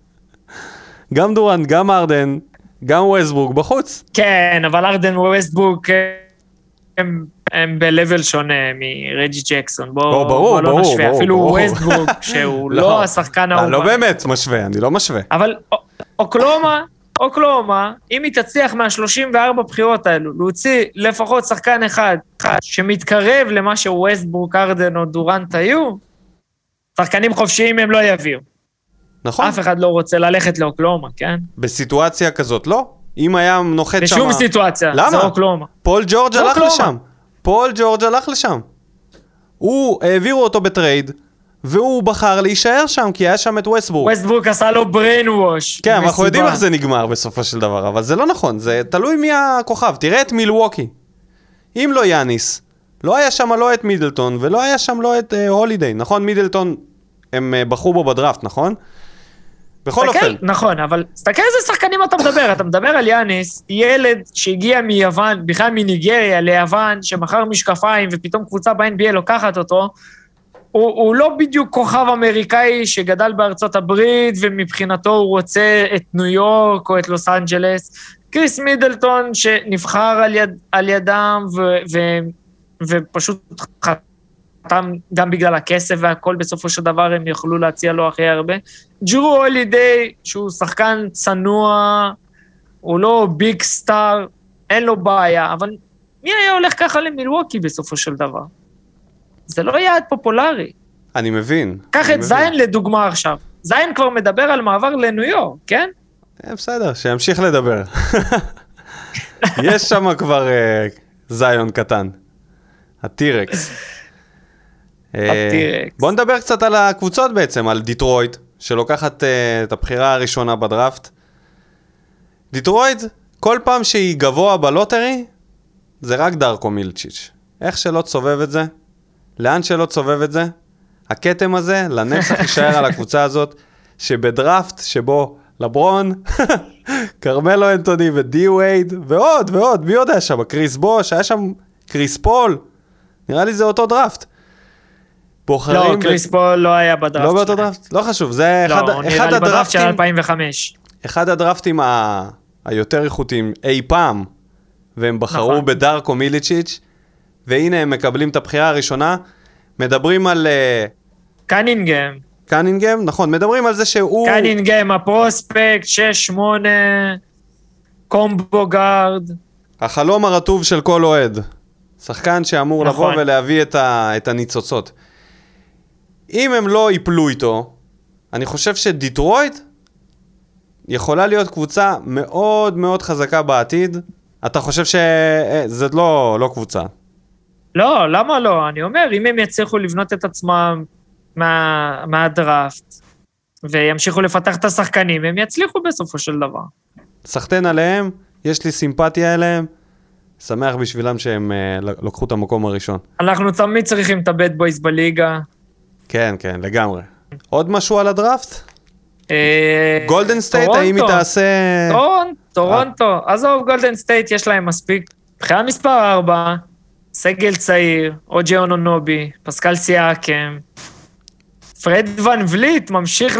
Speaker 1: גם דורנט, גם ארדן, גם ווסטברוק בחוץ.
Speaker 2: כן, אבל ארדן ווסטברוק הם, הם ב-level שונה מרג'י ג'קסון. בוא,
Speaker 1: ברור,
Speaker 2: בוא לא
Speaker 1: ברור,
Speaker 2: נשווה.
Speaker 1: ברור,
Speaker 2: אפילו
Speaker 1: ברור.
Speaker 2: ווסטברוק, שהוא לא, לא השחקן האהוב.
Speaker 1: לא באמת משווה, אני לא משווה.
Speaker 2: אבל אוקלאומה, אוקלאומה, אם היא תצליח מה-שלושים וארבע בחירות האלו, להוציא לפחות שחקן אחד, אחד שמתקרב למה שווסטברוק, ארדן או דורנט היו, שחקנים חופשיים הם לא יביאו.
Speaker 1: נכון.
Speaker 2: אף אחד לא רוצה ללכת לאוקלאומה, כן?
Speaker 1: בסיטואציה כזאת, לא. אם היה נוחת שם...
Speaker 2: בשום סיטואציה,
Speaker 1: למה?
Speaker 2: זה אוקלאומה.
Speaker 1: פול ג'ורג'
Speaker 2: זה
Speaker 1: הלך
Speaker 2: אוקלאומה.
Speaker 1: לשם. פול ג'ורג' הלך לשם. הוא, העבירו אותו בטרייד, והוא בחר להישאר שם, כי היה שם את ווסטברוק.
Speaker 2: ווסטברוק עשה לו brain wash.
Speaker 1: כן, אנחנו יודעים איך זה נגמר בסופו של דבר, אבל זה לא נכון, זה תלוי מי הכוכב. תראה את מילווקי. אם לא יאניס, לא היה שם לא את מידלטון, ולא היה שם לא את uh, הולידיי. נכון, מידלטון, הם uh, בחרו בו בדראפט, נכון? בכל אופן.
Speaker 2: נכון, אבל תסתכל איזה שחקנים אתה מדבר. אתה מדבר על יאניס, ילד שהגיע מיוון, בכלל מניגריה ליוון, שמחר משקפיים, ופתאום קבוצה ב-אן בי איי לוקחת אותו, הוא, הוא לא בדיוק כוכב אמריקאי שגדל בארצות הברית, ומבחינתו הוא רוצה את ניו יורק או את לוס אנג'לס. קריס מידלטון שנבחר על, יד, על ידם, ו, ו, ופשוט חתם גם בגלל הכסף והכל, בסופו של דבר הם יכלו להציע לו הכי הרבה. ג'רו הולידיי, שהוא שחקן צנוע, הוא לא ביג סטאר, אין לו בעיה, אבל מי היה הולך ככה למילווקי בסופו של דבר? זה לא יעד פופולרי.
Speaker 1: אני מבין.
Speaker 2: קח את זיין לדוגמה עכשיו. זיין כבר מדבר על מעבר לניו יורק, כן?
Speaker 1: בסדר, שימשיך לדבר. יש שם כבר זיון קטן. הטירקס.
Speaker 2: הטירקס.
Speaker 1: בוא נדבר קצת על הקבוצות בעצם, על דיטרויט, שלוקחת את הבחירה הראשונה בדראפט. דיטרויט, כל פעם שהיא גבוה בלוטרי, זה רק דארקו מיליצ'יץ'. איך שלא תסובב את זה, לאן שלא תסובב את זה, הכתם הזה לנצח יישאר על הקבוצה הזאת, שבדראפט שבו לברון, קרמלו אנטוני ודי וייד, ועוד ועוד, מי יודע שם, קריס בוש, היה שם קריס פול, נראה לי זה אותו דראפט.
Speaker 2: לא, קריס פול לא היה בדראפט.
Speaker 1: לא באותו דראפט? לא חשוב, זה אחד הדראפטים,
Speaker 2: של אלפיים וחמש.
Speaker 1: אחד הדראפטים היותר איכותיים אי פעם, והם בחרו בדארקו מיליצ'יץ', והנה הם מקבלים את הבחירה הראשונה, מדברים על...
Speaker 2: קנינגהם.
Speaker 1: קנינגהם, נכון, מדברים על זה שהוא...
Speaker 2: קנינגהם, הפרוספקט, שש שמונה, קומבו גארד.
Speaker 1: החלום הרטוב של כל אוהד. שחקן שאמור
Speaker 2: נכון.
Speaker 1: לבוא ולהביא את, ה... את הניצוצות. אם הם לא ייפלו איתו, אני חושב שדיטרויט יכולה להיות קבוצה מאוד מאוד חזקה בעתיד. אתה חושב שזה לא, לא קבוצה?
Speaker 2: לא, למה לא? אני אומר, אם הם יצליחו לבנות את עצמם מה, מהדראפט, וימשיכו לפתח את השחקנים, הם יצליחו בסופו של דבר.
Speaker 1: סחטן עליהם, יש לי סימפתיה אליהם, שמח בשבילם שהם uh, לוקחו את המקום הראשון.
Speaker 2: אנחנו תמיד צריכים את הבד בויז בליגה.
Speaker 1: כן, כן, לגמרי. עוד משהו על הדראפט?
Speaker 2: אה,
Speaker 1: גולדן סטייט, האם היא תעשה...
Speaker 2: טורונטו, טורונטו. עזוב, גולדן סטייט יש להם מספיק. בחירה מספר ארבע, סגל צעיר, אוג'י אונונובי, פסקל סיאקם, פרד ון וליט ממשיך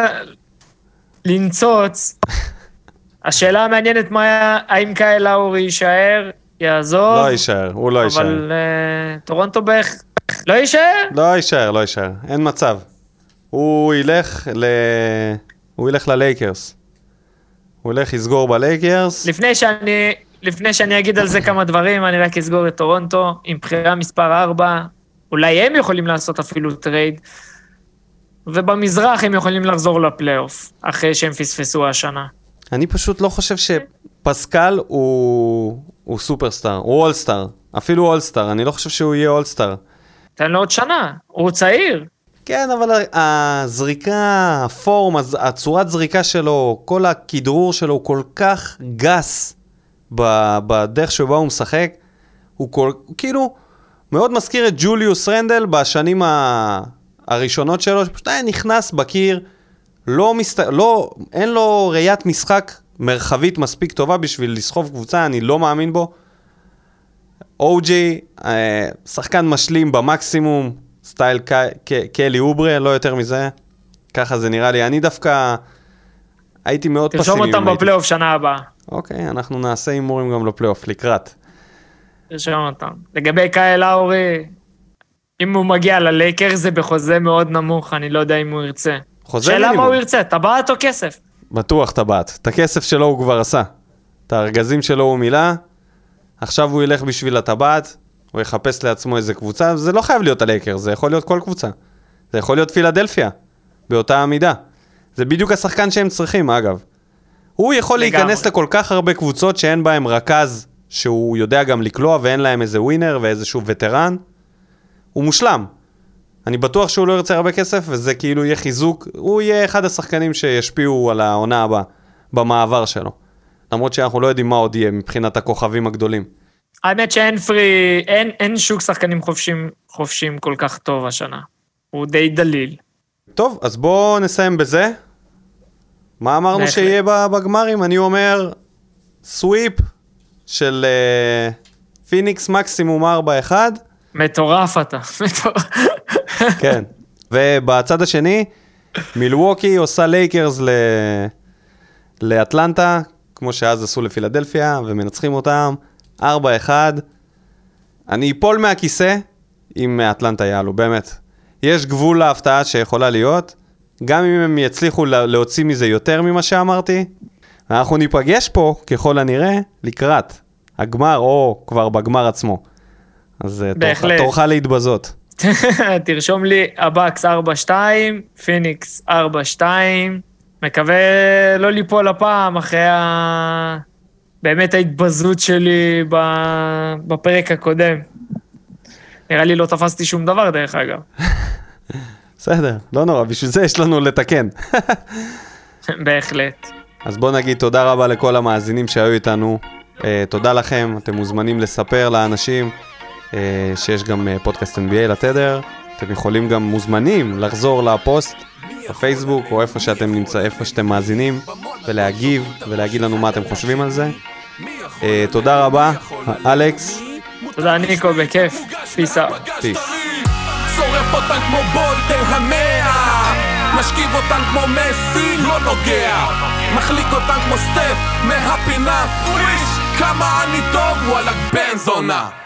Speaker 2: לנצוץ. השאלה המעניינת מה היה, האם קייל לאורי יישאר, יעזוב.
Speaker 1: לא יישאר, הוא לא יישאר.
Speaker 2: אבל uh, טורונטו בערך, לא יישאר?
Speaker 1: לא יישאר, לא יישאר, אין מצב. הוא ילך ל... הוא ילך ללייקרס. הוא ילך לסגור בלייקרס.
Speaker 2: לפני שאני, לפני שאני אגיד על זה כמה דברים, אני רק אסגור את טורונטו, עם בחירה מספר ארבע, אולי הם יכולים לעשות אפילו טרייד, ובמזרח הם יכולים לחזור לפלייאוף, אחרי שהם פספסו השנה.
Speaker 1: אני פשוט לא חושב שפסקל הוא, הוא סופרסטאר, הוא אולסטאר, אפילו אולסטאר, אני לא חושב שהוא יהיה אולסטאר.
Speaker 2: תן לו עוד שנה, הוא צעיר.
Speaker 1: כן, אבל הזריקה, הפורם, הצורת זריקה שלו, כל הכדרור שלו הוא כל כך גס בדרך שבה הוא משחק, הוא כל, כאילו מאוד מזכיר את ג'וליוס רנדל בשנים הראשונות שלו, שפשוט היה נכנס בקיר, לא מסת... לא, אין לו ראיית משחק מרחבית מספיק טובה בשביל לסחוב קבוצה, אני לא מאמין בו. אוג'י, שחקן משלים במקסימום, סטייל קלי אוברה, לא יותר מזה. ככה זה נראה לי. אני דווקא הייתי מאוד פסימי.
Speaker 2: תרשום אותם בפלייאוף שנה הבאה.
Speaker 1: אוקיי, אנחנו נעשה אימורים גם לפלייאוף, לקראת.
Speaker 2: תרשום אותם. לגבי קייל לאורי, אם הוא מגיע ללייקר זה בחוזה מאוד נמוך, אני לא יודע אם הוא ירצה. שאלה מה הוא ירצה, טבעת או כסף?
Speaker 1: בטוח טבעת. את הכסף שלו הוא כבר עשה. את הארגזים שלו הוא מילא, עכשיו הוא ילך בשביל הטבעת, הוא יחפש לעצמו איזה קבוצה, זה לא חייב להיות הלייקר, זה יכול להיות כל קבוצה. זה יכול להיות פילדלפיה, באותה עמידה. זה בדיוק השחקן שהם צריכים, אגב. הוא יכול להיכנס לכל כך הרבה קבוצות שאין בהם רכז שהוא יודע גם לקלוע ואין להם איזה ווינר ואיזשהו וטרן. הוא מושלם. אני בטוח שהוא לא ירצה הרבה כסף וזה כאילו יהיה חיזוק. הוא יהיה אחד השחקנים שישפיעו על העונה הבאה במעבר שלו. למרות שאנחנו לא יודעים מה עוד יהיה מבחינת הכוכבים הגדולים.
Speaker 2: האמת שאין פרי, אין, אין שוק שחקנים חופשים, חופשים כל כך טוב השנה. הוא די דליל.
Speaker 1: טוב, אז בואו נסיים בזה. מה אמרנו שיהיה בגמרים? אני אומר, סוויפ של uh, פיניקס מקסימום ארבע אחד.
Speaker 2: מטורף אתה.
Speaker 1: כן. ובצד השני, מילווקי עושה לייקרס ל... לאטלנטה, כמו שאז עשו לפילדלפיה, ומנצחים אותם, ארבע אחד. אני אפול מהכיסא, אם אטלנטה יעלו, באמת. יש גבול להפתעה שיכולה להיות, גם אם הם יצליחו להוציא מזה יותר ממה שאמרתי. אנחנו ניפגש פה, ככל הנראה, לקראת הגמר, או כבר בגמר עצמו. אז תורך, תורך להתבזות.
Speaker 2: תרשום לי, הבקס ארבע שתיים, פיניקס ארבע שתיים, מקווה לא ליפול הפעם אחרי ה... באמת ההתבזות שלי בפרק הקודם. נראה לי לא תפסתי שום דבר דרך אגב.
Speaker 1: בסדר, לא נורא, בשביל זה יש לנו לתקן.
Speaker 2: בהחלט.
Speaker 1: אז בוא נגיד תודה רבה לכל המאזינים שהיו איתנו. תודה לכם, אתם מוזמנים לספר לאנשים שיש גם פודקאסט אן בי איי לתדר. אתם יכולים גם מוזמנים לחזור לפוסט בפייסבוק או איפה שאתם נמצא, איפה שאתם מאזינים, ולהגיב ולהגיד לנו מה אתם חושבים על זה. תודה רבה, אלכס.
Speaker 2: תודה ניקו, בכיף. פיס אאוט.
Speaker 1: פיס.
Speaker 3: שורף אותן כמו בולטר המאה, משכיב אותן כמו מסי, לא נוגע, מחליק אותן כמו סטף מהפינה, פריש, כמה אני טוב, וואלה בן זונה.